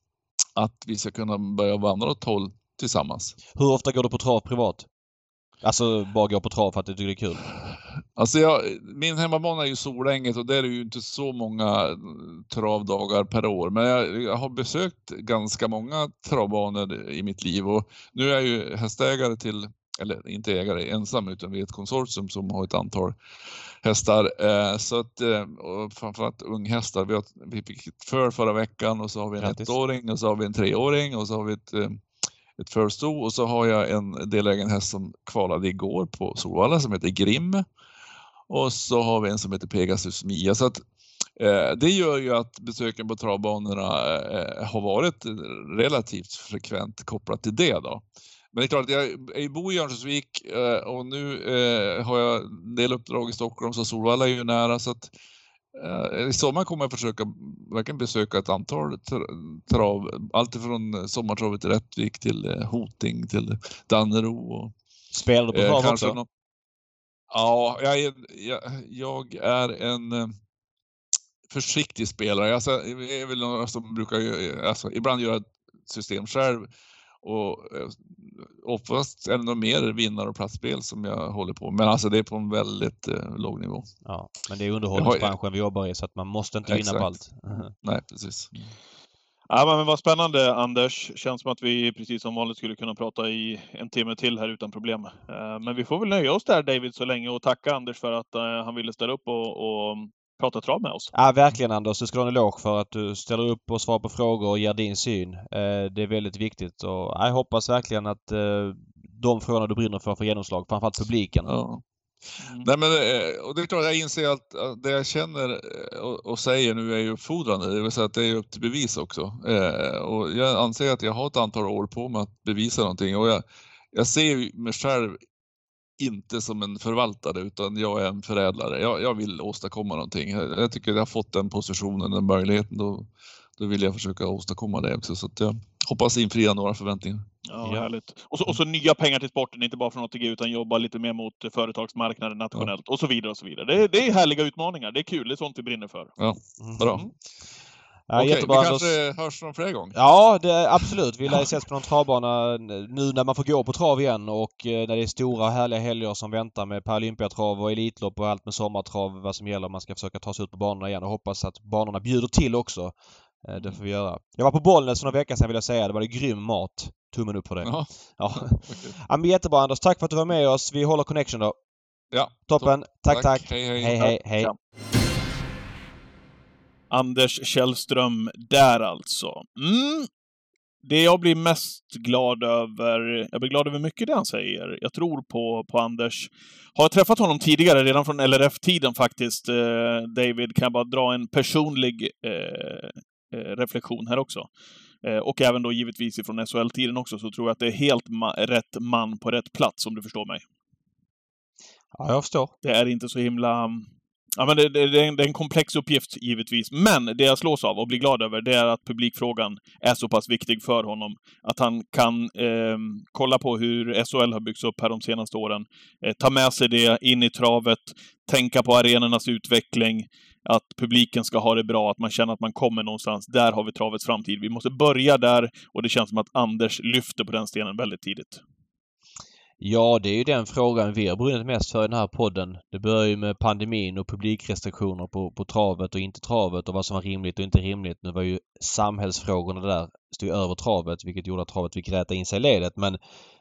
H: att vi ska kunna börja vandra åt håll tillsammans.
B: Hur ofta går du på trav privat? Alltså bara gå på trav för att du tycker det är kul?
H: Alltså jag, min hemmabana är ju Solänget och där är ju inte så många travdagar per år. Men jag, jag har besökt ganska många travbanor i mitt liv. Och nu är jag ju hästägare till, eller inte ägare ensam utan vi är ett konsortium som har ett antal hästar. Eh, så att, och framförallt unghästar. Vi, har, vi fick ett för förra veckan och så har vi en Grattis. ettåring och så har vi en treåring och så har vi ett... ett försto och så har jag en delägaren häst som kvalade igår på Solvalla som heter Grim. Och så har vi en som heter Pegasus Mia. Så att, eh, det gör ju att besöken på travbanorna eh, har varit relativt frekvent kopplat till det då. Men det är klart att jag, jag bor i Örnsköldsvik eh, och nu eh, har jag en del uppdrag i Stockholm så Solvalla är ju nära så att i sommar kommer jag försöka verkligen besöka ett antal trav. Allt från sommartravet i Rättvik till Hoting till Dannero. Och,
B: spelar du på trav eh, också?
H: Någon... Ja, jag är, jag, jag är en eh, försiktig spelare. Alltså, jag är väl någon som brukar alltså, ibland göra ett system själv. Och oftast är det nog mer vinnar- och platsspel som jag håller på. Men alltså det är på en väldigt eh, låg nivå.
B: Ja, men det är underhållningsbranschen har... vi jobbar i så att man måste inte
H: Exakt.
B: vinna på allt.
H: Mm. Nej, precis.
A: Ja, men vad spännande Anders. Känns som att vi precis som vanligt skulle kunna prata i en timme till här utan problem. Men vi får väl nöja oss där David så länge och tacka Anders för att han ville ställa upp och, och prata trav med oss.
B: Ja, verkligen Anders. Du ska ha en eloge för att du ställer upp och svarar på frågor och ger din syn. Eh, det är väldigt viktigt och jag hoppas verkligen att eh, de frågorna du brinner för får genomslag, framförallt publiken.
H: Ja. Mm. Nej, men, och det är klart, jag inser att, att det jag känner och, och säger nu är ju uppfordrande. Det vill säga att det är upp till bevis också. Eh, och jag anser att jag har ett antal år på mig att bevisa någonting. Och jag, jag ser mig själv inte som en förvaltare utan jag är en förädlare. Jag, jag vill åstadkomma någonting. Jag, jag tycker att jag har fått den positionen, den möjligheten. Då, då vill jag försöka åstadkomma det också. Så att jag hoppas infria några förväntningar.
A: Ja, ja. Härligt. Och så, och så nya pengar till sporten, inte bara från A T G utan jobba lite mer mot företagsmarknaden nationellt ja. och så vidare och så vidare. Det, det är härliga utmaningar. Det är kul. Det är sånt vi brinner för.
H: Ja, bra.
B: Mm.
H: Ja, okej, vi kanske hörs någon fler gång.
B: Ja, det, absolut. Vi lär ses på någon travbana nu när man får gå på trav igen och när det är stora härliga helger som väntar med Paralympiatrav och Elitlopp och allt med sommartrav, vad som gäller. Man ska försöka ta sig ut på banorna igen och hoppas att banorna bjuder till också. Det får vi göra. Jag var på Bollnäs för några veckor sedan vill jag säga. Det var det grym mat. Tummen upp för det.
H: Ja.
B: Ja. Ja, men jättebra Anders. Tack för att du var med oss. Vi håller connection då.
H: Ja.
B: Toppen. Tack, tack.
H: tack. Hej, hej.
B: Hej, hej, hej.
A: Ja. Anders Källström där alltså. Mm. Det jag blir mest glad över, jag blir glad över mycket det han säger. Jag tror på, på Anders. Har jag träffat honom tidigare, redan från L R F-tiden faktiskt. Eh, David, kan jag bara dra en personlig eh, reflektion här också. Eh, och även då givetvis ifrån S H L-tiden också, så tror jag att det är helt ma- rätt man på rätt plats, om du förstår mig.
B: Ja, jag förstår.
A: Det är inte så himla... Ja, men det, det, det, är en, det är en komplex uppgift givetvis. Men det jag slås av och blir glad över, det är att publikfrågan är så pass viktig för honom. Att han kan eh, kolla på hur S H L har byggts upp här de senaste åren. Eh, ta med sig det in i travet. Tänka på arenornas utveckling. Att publiken ska ha det bra. Att man känner att man kommer någonstans. Där har vi travets framtid. Vi måste börja där. Och det känns som att Anders lyfter på den stenen väldigt tidigt.
B: Ja, det är ju den frågan vi har brunnit mest för i den här podden. Det börjar ju med pandemin och publikrestriktioner på, på travet och inte travet och vad som var rimligt och inte rimligt. Nu var ju samhällsfrågorna där stod över travet, vilket gjorde att travet fick räta in sig i ledet. Men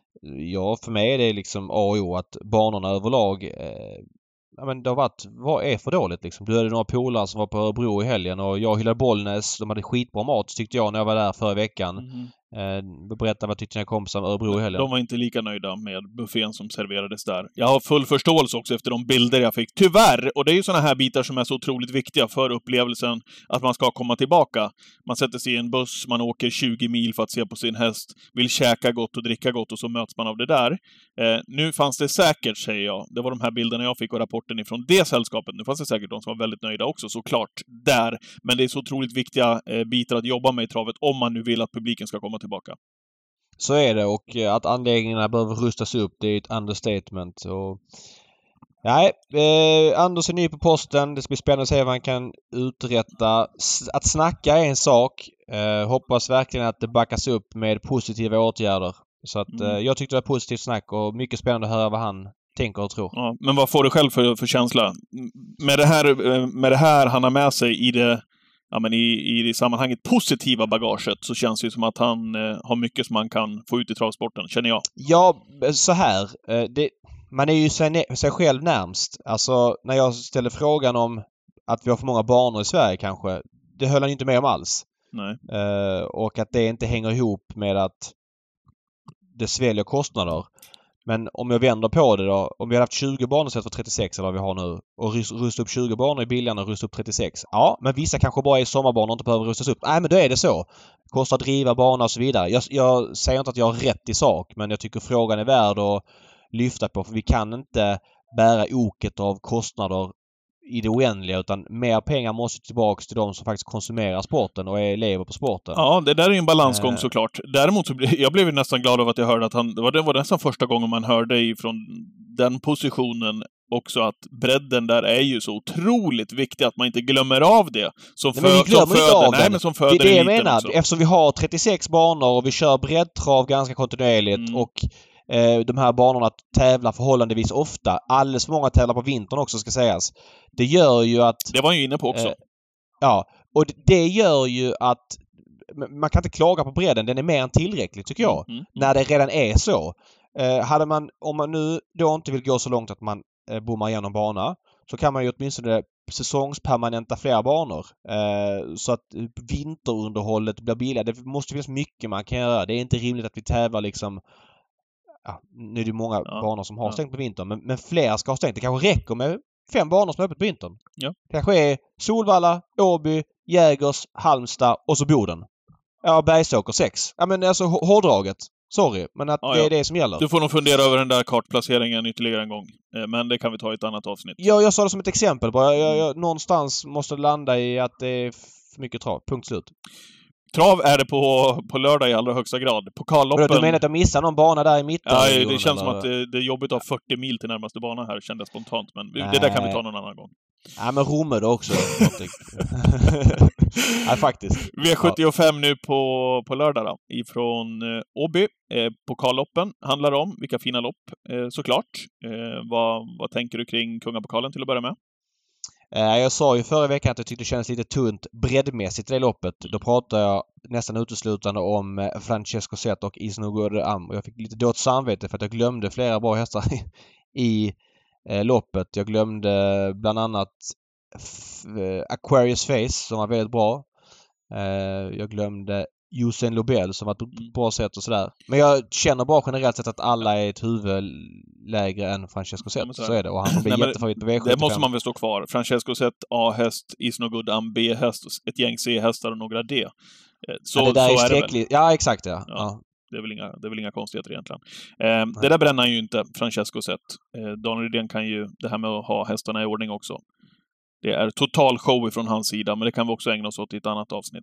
B: ja, för mig är det liksom A och O att banorna överlag eh, ja, men det har varit, vad är för dåligt liksom? Du hade några polare som var på Örebro i helgen och jag hyllade Bollnäs. De hade skitbra mat tyckte jag när jag var där förra veckan. Mm. Eh, berätta vad tyckte dina kompisar om Örebro i helgen?
A: De var inte lika nöjda med buffén som serverades där. Jag har full förståelse också efter de bilder jag fick. Tyvärr, och det är ju såna här bitar som är så otroligt viktiga för upplevelsen att man ska komma tillbaka. Man sätter sig i en buss, man åker tjugo mil för att se på sin häst, vill käka gott och dricka gott och så möts man av det där. Eh, nu fanns det säkert, säger jag, det var de här bilderna jag fick och rapporten ifrån det sällskapet. Nu fanns det säkert de som var väldigt nöjda också, såklart, där. Men det är så otroligt viktiga eh, bitar att jobba med i travet om man nu vill att publiken ska komma tillbaka.
B: Så är det, och att anläggningarna behöver rustas upp, det är ett understatement. Och... Nej, eh, Anders är ny på posten. Det ska bli spännande att se vad han kan uträtta. Att snacka är en sak. Eh, hoppas verkligen att det backas upp med positiva åtgärder. Så att eh, jag tyckte det var positivt snack och mycket spännande att höra vad han tänker och tror.
A: Ja, men vad får du själv för, för känsla? Med det, här, med det här han har med sig i det Ja, men i, i det sammanhanget positiva bagaget så känns det ju som att han eh, har mycket som man kan få ut i travsporten, känner jag.
B: Ja, så här. Eh, det, man är ju sig, sig själv närmst. Alltså, när jag ställde frågan om att vi har för många banor i Sverige kanske, det höll han inte med om alls.
A: Nej.
B: Eh, och att det inte hänger ihop med att det sväljer kostnader. Men om jag vänder på det då, om vi hade haft tjugo banor istället för trettiosex eller vad vi har nu och rusta upp tjugo banor är billigare än att rusta upp trettiosex. Ja, men vissa kanske bara är sommarbanor och inte behöver rustas upp. Nej, men då är det så. Kostar att driva banor och så vidare. Jag, jag säger inte att jag har rätt i sak, men jag tycker frågan är värd att lyfta på. För vi kan inte bära oket av kostnader i det oändliga, utan mer pengar måste tillbaka till de som faktiskt konsumerar sporten och är elever på sporten.
A: Ja, det där är ju en balansgång eh. såklart. Däremot så blev jag blev nästan glad av att jag hörde att han, det var, det var nästan första gången man hörde ifrån den positionen också att bredden där är ju så otroligt viktig att man inte glömmer av det. Som
B: nej, men vi glömmer inte av
A: nej,
B: den.
A: Men som föder
B: det är det jag menar.
A: också.
B: Eftersom vi har trettiosex banor och vi kör breddtrav ganska kontinuerligt mm. och eh, de här banorna tävlar förhållandevis ofta. Alldeles för många tävlar på vintern också, ska sägas. Det gör ju att...
A: Det var ju inne på också. Eh,
B: ja, och det gör ju att man kan inte klaga på bredden. Den är mer än tillräcklig, tycker jag. Mm. Mm. När det redan är så. Eh, hade man, om man nu då inte vill gå så långt att man eh, bommar igenom bana, så kan man ju åtminstone säsongspermanenta fler banor. Eh, så att vinterunderhållet blir billigare. Det måste finnas mycket man kan göra. Det är inte rimligt att vi tävlar liksom... Ja, nu är det många ja. banor som har ja. stängt på vintern. Men, men fler ska ha stängt. Det kanske räcker med fem banor som är öppet på vintern.
A: Ja.
B: Det kanske är Solvalla, Åby, Jägers, Halmstad och så Boden. Ja, Bergsåker sex. Ja, men alltså hårdraget. Sorry, men att ja, det är ja. det som gäller.
A: Du får nog fundera över den där kartplaceringen ytterligare en gång. Men det kan vi ta i ett annat avsnitt.
B: Ja, jag sa det som ett exempel bara. Jag, jag, någonstans måste landa i att det är för mycket trav. Punkt slut.
A: Trav är det på, på lördag i allra högsta grad. Pokalloppen...
B: Du menar att jag missar någon bana där i mitten?
A: Ja, det känns eller? som att det, det är jobbigt att ha fyrtio mil till närmaste bana här, kände jag spontant. Men Nej. det där kan vi ta någon annan gång.
B: Ja, men Romme då också. Nej, faktiskt.
A: V sjuttiofem ja. nu på, på lördag då. Ifrån eh, Åby. Eh, pokalloppen handlar om. Vilka fina lopp, eh, såklart. Eh, vad, vad tänker du kring Kungapokalen till att börja med?
B: Eh, jag sa ju förra veckan att jag tyckte det kändes lite tunt breddmässigt i det loppet. Då pratade jag nästan uteslutande om eh, Francesco Zet och Isnogod Am. Och jag fick lite dåligt samvete för att jag glömde flera bra hästar i eh, loppet. Jag glömde bland annat f- Aquarius Face som var väldigt bra. Eh, jag glömde Usain Lobel som var på ett bra sätt och sådär. Men jag känner bara generellt sett att alla är ett huvud lägre än Francesco Zet. Så är det. Och han blir jättefavorit på V sjuttiofem.
A: Det måste man väl stå kvar. Francesco Zet A-häst, Isnogod Am B-häst, ett gäng C-hästar och några D. Så,
B: ja, det där
A: så
B: är, är det väl. Ja, exakt ja.
A: ja.
B: ja.
A: Det är väl inga, det är väl inga konstigheter egentligen. Eh, det där bränner han ju inte, Francesco Zet. Eh, Daniel Rydén kan ju det här med att ha hästarna i ordning också. Det är total show ifrån hans sida, men det kan vi också ägna oss åt i ett annat avsnitt.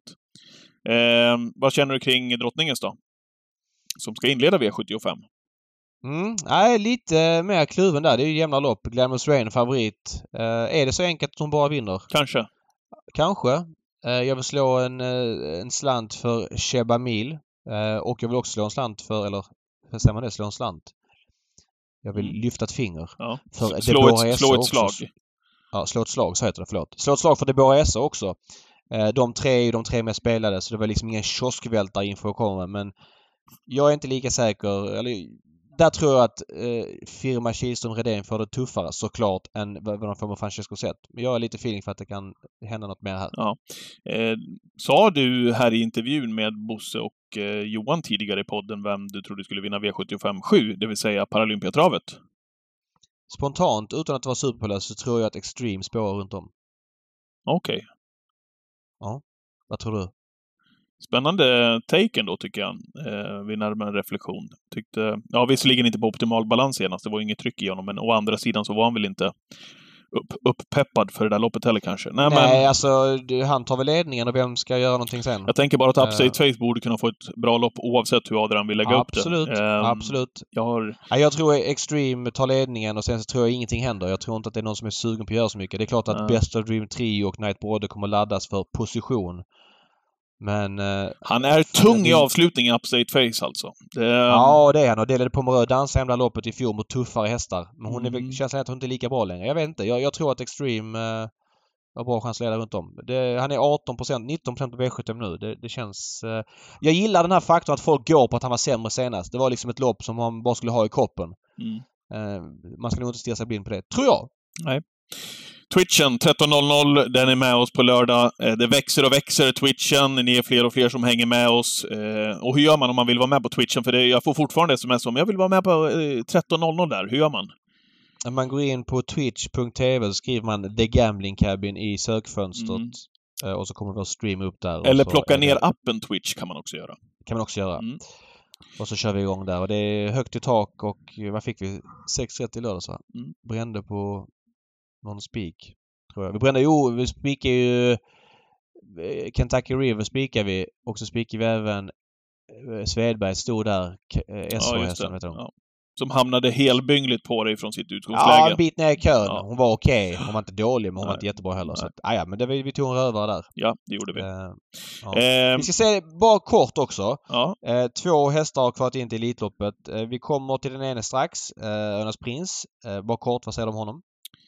A: Eh, vad känner du kring Drottningens då? Som ska inleda V sjuttiofem.
B: Mm, nej, lite mer kluven där. Det är ju jämna lopp. Glamorous Rain favorit. Eh, är det så enkelt att hon bara vinner?
A: Kanske.
B: Kanske. Eh, jag vill slå en, en slant för Sheba Mil. Eh, och jag vill också slå en slant för, eller hur säger man det? Slå en slant. Jag vill mm. lyfta ett finger.
A: Ja.
B: För
A: slå, ett, slå ett slag.
B: Också. Ja, slå ett slag, så heter det, förlåt. Slå ett slag för Deborah Essa också. Eh, de tre är ju de tre mest spelade, så det var liksom ingen kioskvältare inför att komma. Men jag är inte lika säker. Eller, där tror jag att eh, firma Kihlström Redén får det tuffare såklart än vad de får med Francesco Zet. Men jag har lite feeling för att det kan hända något mer här.
A: Ja. Eh, sa du här i intervjun med Bosse och eh, Johan tidigare i podden vem du trodde skulle vinna V sjuttiofem sju, det vill säga Paralympiatravet?
B: Spontant, utan att vara superpåläst, så tror jag att Extreme spårar runt om.
A: Okej. Okay.
B: Ja, vad tror du?
A: Spännande taken då tycker jag, eh, vid närmare reflektion. Tyckte, ja visserligen inte på optimal balans senast, det var inget tryck i honom, men å andra sidan så var han väl inte upp, upppeppad för det där loppet heller kanske. Nej,
B: Nej
A: men,
B: alltså han tar väl ledningen och vem ska göra någonting sen?
A: Jag tänker bara att Upside uh, Face borde kunna få ett bra lopp oavsett hur Adrian vill lägga
B: absolut,
A: upp det.
B: Um, absolut.
A: Jag, har...
B: ja, jag tror Extreme tar ledningen och sen så tror jag ingenting händer. Jag tror inte att det är någon som är sugen på att göra så mycket. Det är klart att uh. Best of Dream Trio och Night Brode kommer laddas för position. Men... Uh,
A: han är tung det... i avslutningen, Upside Face alltså.
B: Det, um... Ja, det är han. Och delade på Morö dansa hemla loppet i fjol mot tuffare hästar. Men hon är, mm. känns att hon inte är lika bra längre. Jag vet inte. Jag, jag tror att Extreme uh, har bra chans att leda runt om. Det, han är arton procent, nitton procent på V sjuttiofem nu. Det, det känns... Uh... Jag gillar den här faktorn att folk går på att han var sämre senast. Det var liksom ett lopp som man bara skulle ha i kroppen. Mm. Uh, man ska nog inte stirra sig blind på det. Tror jag.
A: Nej. Twitchen tretton noll noll, den är med oss på lördag. Det växer och växer, Twitchen. Ni är fler och fler som hänger med oss. Och hur gör man om man vill vara med på Twitchen? För det, jag får fortfarande sms om jag vill vara med på tretton noll noll där. Hur gör man?
B: Man går in på twitch punkt tv och skriver man The Gambling Cabin i sökfönstret. Mm. Och så kommer vår stream upp där.
A: Eller plocka ner det... appen Twitch kan man också göra.
B: Kan man också göra. Mm. Och så kör vi igång där. Och det är högt i tak och vad fick vi? sex trettio i lördags va? Mm. Brände på någon spik, tror jag. Vi brände, jo, vi spikar ju Kentucky River spikar vi. Och så spikar vi även Svedberg stod där. S H-hästen,
A: ja,
B: vet du.
A: Ja. Som hamnade helbyngligt på dig från sitt utgångsläge.
B: Ja, en bit ner i kön. Ja. Hon var okej. Okay. Hon var inte dålig, men hon Nej. var inte jättebra heller. Så att, ja, men det, vi, vi tog en rövare där.
A: Ja, det gjorde vi.
B: Uh, ja. eh, vi ska se bara kort också.
A: Ja.
B: Eh, två hästar har kvarat in till Elitloppet. Eh, vi kommer till den ena strax. Eh, Önas Prins. Eh, bara kort, vad säger du om honom?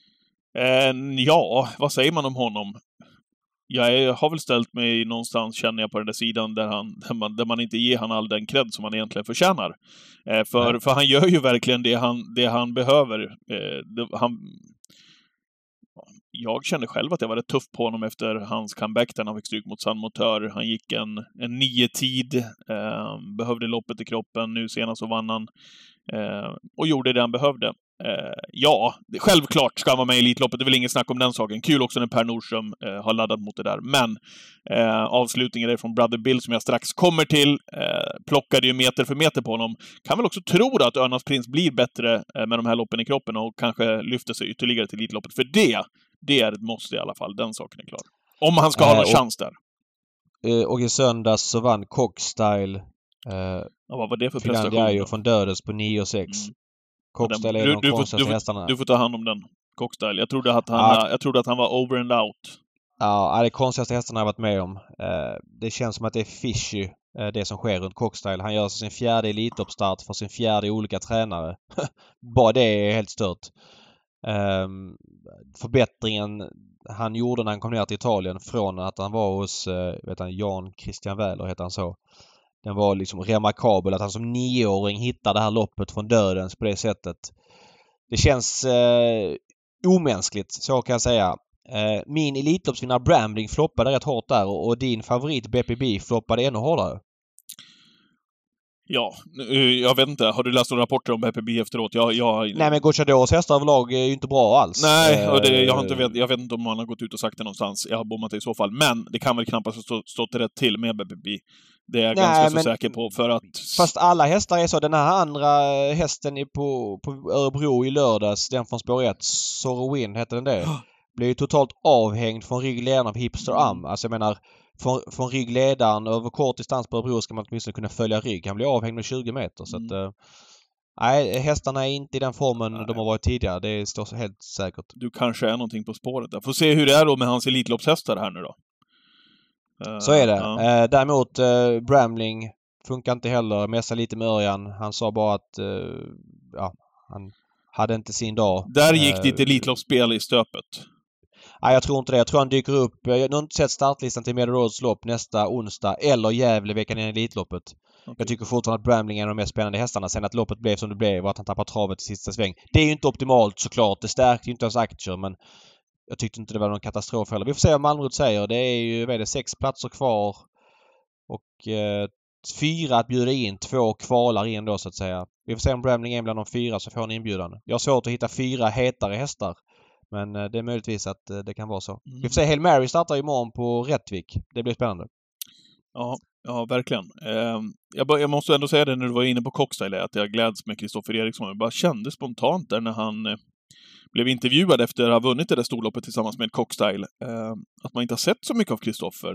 A: Eh, ja, vad säger man om honom? Jag är, har väl ställt mig någonstans, känner jag, på den där sidan där, han, där, man, där man inte ger han all den cred som han egentligen förtjänar. Eh, för, för han gör ju verkligen det han, det han behöver. Eh, det, han, jag kände själv att jag var rätt tuff på honom efter hans comeback där han fick stryk mot San Motör. Han gick en, en nio tid, eh, behövde loppet i kroppen. Nu senast så vann han eh, och gjorde det han behövde. Eh, ja, självklart ska han vara med i Elitloppet. Det är väl ingen snack om den saken. Kul också när Per Nordström eh, har laddat mot det där. Men eh, avslutningen är från Brother Bill som jag strax kommer till. Eh, plockade ju meter för meter på honom. Kan väl också tro att Örnas Prins blir bättre eh, med de här loppen i kroppen och kanske lyfter sig ytterligare till Elitloppet. För det, det är ett måste i alla fall. Den saken är klar. Om han ska ha någon
B: och,
A: chans där.
B: Eh, och i söndags så vann Cockstyle eh,
A: ja, vad var det för
B: prestation? Från Dödes på nio och sex. Mm. Cockstyle är
A: du,
B: de
A: du,
B: konstigaste
A: du,
B: hästarna.
A: Du får ta hand om den, Cockstyle. Jag trodde att han,
B: ja.
A: jag trodde att han var over and out.
B: Ja, det är konstigaste hästarna jag varit med om. Det känns som att det är fishy, det som sker runt Cockstyle. Han gör sin fjärde elitloppsstart för sin fjärde olika tränare. Bara det är helt stört. Förbättringen han gjorde när han kom ner till Italien från att han var hos vet han, Jan Christian Wähler, heter han så. Den var liksom remarkabel att han som nioåring hittade det här loppet från dödens på det sättet. Det känns eh, omänskligt, så kan jag säga. Eh, min elitloppsvinnare Brambling floppade rätt hårt där och, och din favorit B P B floppade ännu hårdare.
A: Ja, jag vet inte. Har du läst några rapporter om B P B efteråt? Jag, jag...
B: Nej, men Gocciadors hästar överlag är ju inte bra alls.
A: Nej, och det, jag, har inte vet, jag vet inte om han har gått ut och sagt det någonstans. Jag har bommat det i så fall. Men det kan väl knappast stå, stått rätt till med B P B. Det är jag Nej, ganska men, så säker på för att...
B: Fast alla hästar är så. Den här andra hästen på, på Örebro i lördags, den från spår ett, Sorowin heter den det, blev ju totalt avhängd från ryggledaren av Hipster Am. Alltså jag menar, från, från ryggledaren över kort distans på Örebro ska man åtminstone kunna följa rygg. Han blir avhängd med tjugo meter. Så att, uh, nej, hästarna är inte i den formen nej. de har varit tidigare. Det står helt säkert.
A: Du kanske är någonting på spåret där. Får se hur det är då med hans elitloppshästar här nu då.
B: Uh, så är det. Ja. Uh, däremot uh, Brambling funkar inte heller. Mässar lite med Örjan. Han sa bara att uh, ja, han hade inte sin dag.
A: Där gick uh, ditt elitloppsspel i stöpet.
B: Nej, jag tror inte det. Jag tror han dyker upp. Jag har inte sett startlistan till Meadow Roads lopp nästa onsdag eller Gävle veckan innan Elitloppet. Okay. Jag tycker fortfarande att Brambling är en av de mest spännande hästarna. Sen att loppet blev som det blev och att han tappar travet i sista sväng. Det är ju inte optimalt såklart. Det stärker ju inte ens aktier, men jag tyckte inte det var någon katastrof heller. Vi får se vad Malmrot säger. Det är ju vad är det, sex platser kvar och eh, fyra att bjuda in. Två kvalar in då så att säga. Vi får se om Brambling är bland de fyra så får han inbjudan. Jag har svårt att hitta fyra hetare hästar. Men det är möjligtvis att det kan vara så. Mm. Vi får se, Hail Mary startar imorgon på Rättvik. Det blir spännande.
A: Ja, ja verkligen. Eh, jag, jag måste ändå säga det när du var inne på Cockstyle, att jag gläds med Kristoffer Eriksson. Jag bara kände spontant där när han eh, blev intervjuad efter att ha vunnit det där storloppet tillsammans med Cockstyle. Eh, att man inte har sett så mycket av Kristoffer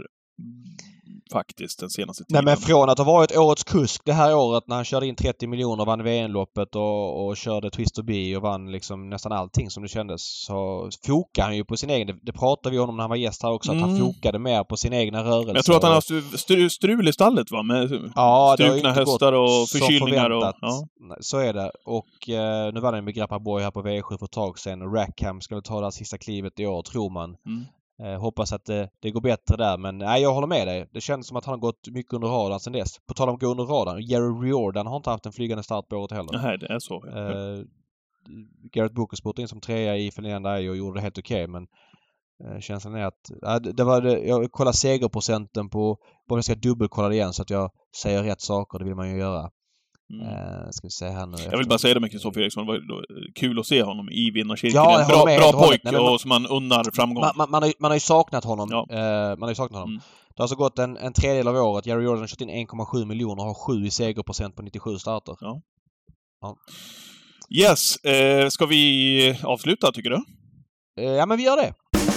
A: faktiskt den senaste tiden.
B: Nej, men från att ha varit årets kusk det här året när han körde in trettio miljoner, vann V M-loppet och, och körde Twist to Be och vann liksom nästan allting som det kändes, så fokade han ju på sin egen. Det, det pratade vi om när han var gäst här också, mm. att han fokade mer på sin egna rörelse.
A: Jag tror att han har stru, strul i stallet va? Med
B: ja,
A: strukna hästar och förkylningar. Och, ja.
B: Så är det. Och eh, nu var det med Grappaborg här på V sju för ett tag sedan och Rackham ska väl ta det här sista klivet i år, tror man. Mm. Eh, hoppas att det, det går bättre där. Men nej, jag håller med dig. Det känns som att han har gått mycket under radarn sedan dess. På tal om att gå under radarn. Jerry Riordan har inte haft en flygande start på året heller.
A: Nej, det är så.
B: Eh, Garrett Booker sportade in som trea i Fernanda och gjorde det helt okej. Okay, men eh, känslan är att... Eh, det var det, jag kollar segerprocenten på... Bara jag ska dubbelkolla det igen så att jag säger rätt saker. Det vill man ju göra. Mm. Uh, ska vi se här nu.
A: Jag vill bara säga det med Kristoffer Eriksson. Det var kul att se honom i vinnarcirkeln. Ja, en bra, bra pojk Nej, man, och som man unnar framgång.
B: Man, man, man, har, man har ju saknat honom. Ja. Uh, man har ju saknat honom. Mm. Det har alltså gått en, en tredjedel av året. Jerry Jordan har kört in en komma sju miljoner och har sju i segerprocent på nittiosju starter.
A: Ja. Ja. Yes. Uh, ska vi avsluta tycker du?
B: Uh, ja, men vi gör det.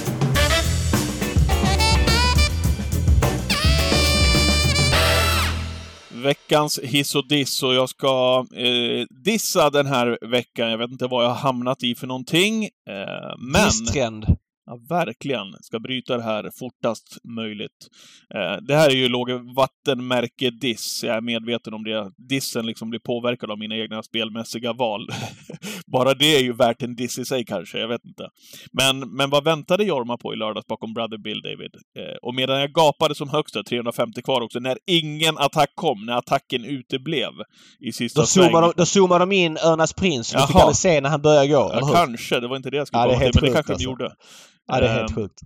A: Veckans hiss och diss, och jag ska eh, dissa den här veckan. Jag vet inte vad jag har hamnat i för någonting. Eh, men...
B: Disstrend.
A: Ja, verkligen. Ska bryta det här fortast möjligt. Eh, det här är ju lågvattenmärke diss. Jag är medveten om det. Dissen liksom blir påverkad av mina egna spelmässiga val. Bara det är ju värt en diss i sig kanske. Jag vet inte. Men, men vad väntade Jorma på i lördags bakom Brother Bill, David? Eh, och medan jag gapade som högst, trehundrafemtio kvar också, när ingen attack kom, när attacken uteblev i sista
B: då
A: sväng.
B: Zoomar de, då zoomar de in Örnas Prins. Vi fick aldrig se när han började gå.
A: Ja, kanske. Det var inte det jag skulle ja, komma till, men det kanske de gjorde.
B: Ja, det är helt sjukt.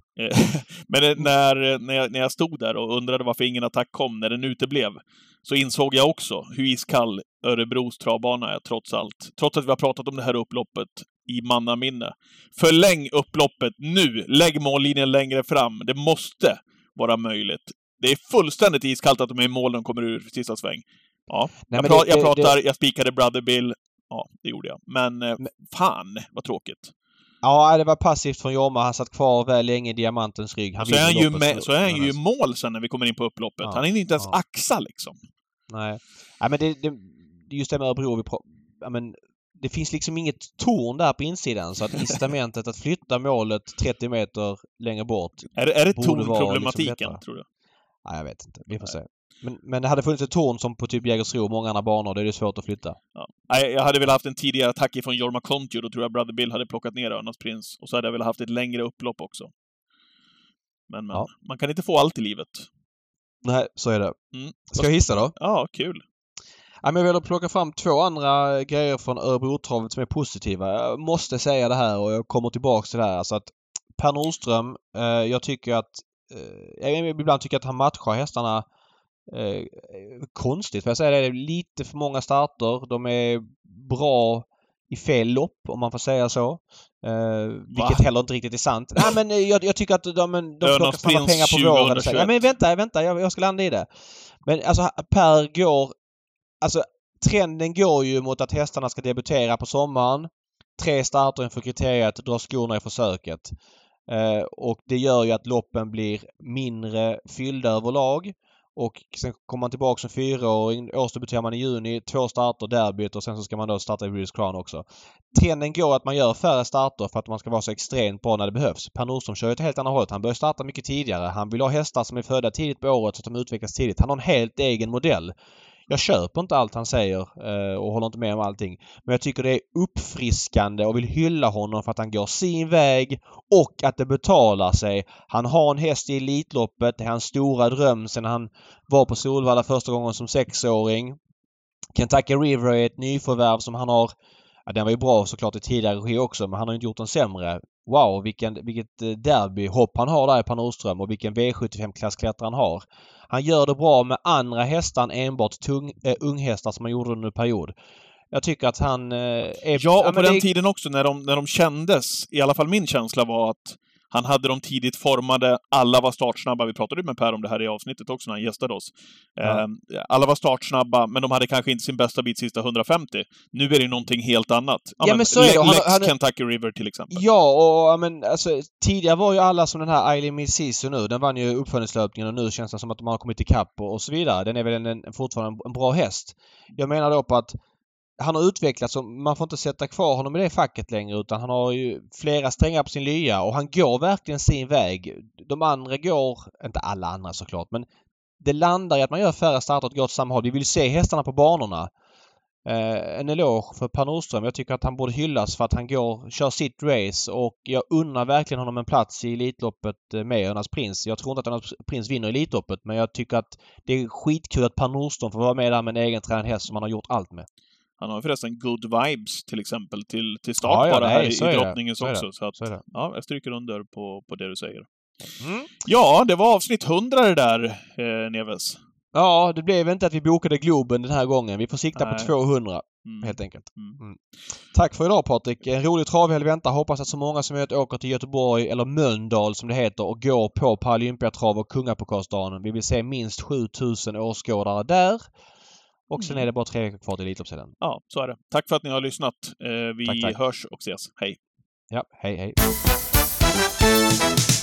A: Men när, när, jag, när jag stod där och undrade varför ingen attack kom när den uteblev, så insåg jag också hur iskall Örebros travbana är trots allt. Trots att vi har pratat om det här upploppet i mannaminne. Förläng upploppet nu! Lägg mållinjen längre fram. Det måste vara möjligt. Det är fullständigt iskallt att de är i mål när de kommer ur sista sväng. Ja, Nej, jag, pra- det, jag pratar, det... jag spikade Brother Bill. Ja, det gjorde jag. Men, men fan, vad tråkigt.
B: Ja, det var passivt från Jorma. Han satt kvar väl länge i diamantens rygg. Han
A: så, är han ju med, så är han ju i mål sen när vi kommer in på upploppet. Ja, han är inte ens ja. axa liksom.
B: Nej, ja, men det, det, just det med Örebro, vi pro- ja, men det finns liksom inget torn där på insidan, så att incitamentet att flytta målet trettio meter längre bort.
A: Är, är det tornproblematiken, liksom, tror du?
B: Nej, jag vet inte. Vi får Nej. se. Men, men det hade funnits ett torn som på typ Jägersro och många andra banor, det är det svårt att flytta.
A: Ja. Nej, jag hade väl haft en tidigare attack från Jorma Kontio, då tror jag Brother Bill hade plockat ner Örnas Prins. Och så hade jag väl haft ett längre upplopp också. Men, men ja. man kan inte få allt i livet.
B: Nej, så är det.
A: Mm.
B: Ska jag hissa då?
A: Ja, kul.
B: Ja, men jag vill plocka fram två andra grejer från Örebro-travet som är positiva. Jag måste säga det här och jag kommer tillbaka till det här. Alltså att Per Nordström, eh, jag tycker att eh, jag ibland tycker att han matchar hästarna eh, konstigt. För jag säger det, det är lite för många starter. De är bra i fel lopp, om man får säga så. Eh, vilket heller inte riktigt är sant. Nej, men jag, jag tycker att de, de, de plockar samma pengar på våren. Ja, men vänta, vänta. Jag, jag ska landa i det. Men alltså Per går... Alltså trenden går ju mot att hästarna ska debutera på sommaren. Tre starter inför kriteriet, dra skorna i försöket. Eh, och det gör ju att loppen blir mindre fyllda överlag. Och sen kommer man tillbaka som fyraåring. Årsdebuterar man i juni. Två starter, derbyt och sen så ska man då starta i British Crown också. Trenden går att man gör färre starter för att man ska vara så extremt bra när det behövs. Per Nordström kör ju ett helt annat hållet. Han börjar starta mycket tidigare. Han vill ha hästar som är födda tidigt på året så att de utvecklas tidigt. Han har en helt egen modell. Jag köper inte allt han säger och håller inte med om allting. Men jag tycker det är uppfriskande och vill hylla honom för att han går sin väg och att det betalar sig. Han har en häst i Elitloppet. Det är hans stora dröm sedan han var på Solvalla första gången som sexåring. Kentucky River är ett nyförvärv som han har... Ja, den var ju bra såklart i tidigare regi också, men han har inte gjort den sämre. Wow, vilken, vilket derbyhopp han har där i Per Nordström och vilken V sjuttiofem-klassklättrare han har. Han gör det bra med andra hästar än enbart tung, äh, unghästar som han gjorde under en period. Jag tycker att han äh, är...
A: Ja, och på den det... tiden också när de, när de kändes, i alla fall min känsla var att han hade dem tidigt formade, alla var startsnabba. Vi pratade med Per om det här i avsnittet också när han gästade oss. Ja. Eh, alla var startsnabba, men de hade kanske inte sin bästa bit sista hundrafemtio. Nu är det någonting helt annat. Ja, ja men, men så är det. Lex han, han, Kentucky River till exempel.
B: Ja, och men, alltså, tidigare var ju alla som den här Eileen Misisu nu. Den vann ju uppföljningslöpningen och nu känns det som att de har kommit ikapp och, och så vidare. Den är väl en, en, fortfarande en, en bra häst. Jag menar då på att han har utvecklats och man får inte sätta kvar honom i det facket längre utan han har ju flera strängar på sin lya och han går verkligen sin väg. De andra går, inte alla andra såklart, men det landar i att man gör färre starter och går åt samma håll. Vi vill se hästarna på banorna. Eh, en eloge för Per Nordström. Jag tycker att han borde hyllas för att han går, kör sitt race och jag unnar verkligen honom en plats i Elitloppet med Örnas Prins. Jag tror inte att Örnas Prins vinner Elitloppet, men jag tycker att det är skitkul att Per Nordström får vara med där med en egen tränad häst som han har gjort allt med.
A: Han har förresten good vibes till exempel till, till start ja, ja, bara här nej, i drottningens också. Så, så att, så ja, jag stryker under på, på det du säger. Mm. Ja, det var avsnitt hundra det där, eh, Neves.
B: Ja, det blev inte att vi bokade Globen den här gången. Vi får sikta nej. på tvåhundra, mm. helt enkelt. Mm. Mm. Tack för idag, Patrik. En rolig travhelg väntar. Hoppas att så många som möjligt åker till Göteborg eller Mölndal som det heter och går på Paralympiatrav och Kungapokalsdagen. Vi vill se minst sjutusen åskådare där. Och sen är det bara tre veckor kvar till Elitloppshelgen.
A: Ja, så är det. Tack för att ni har lyssnat. Vi tack, tack. hörs och ses. Hej!
B: Ja, hej hej!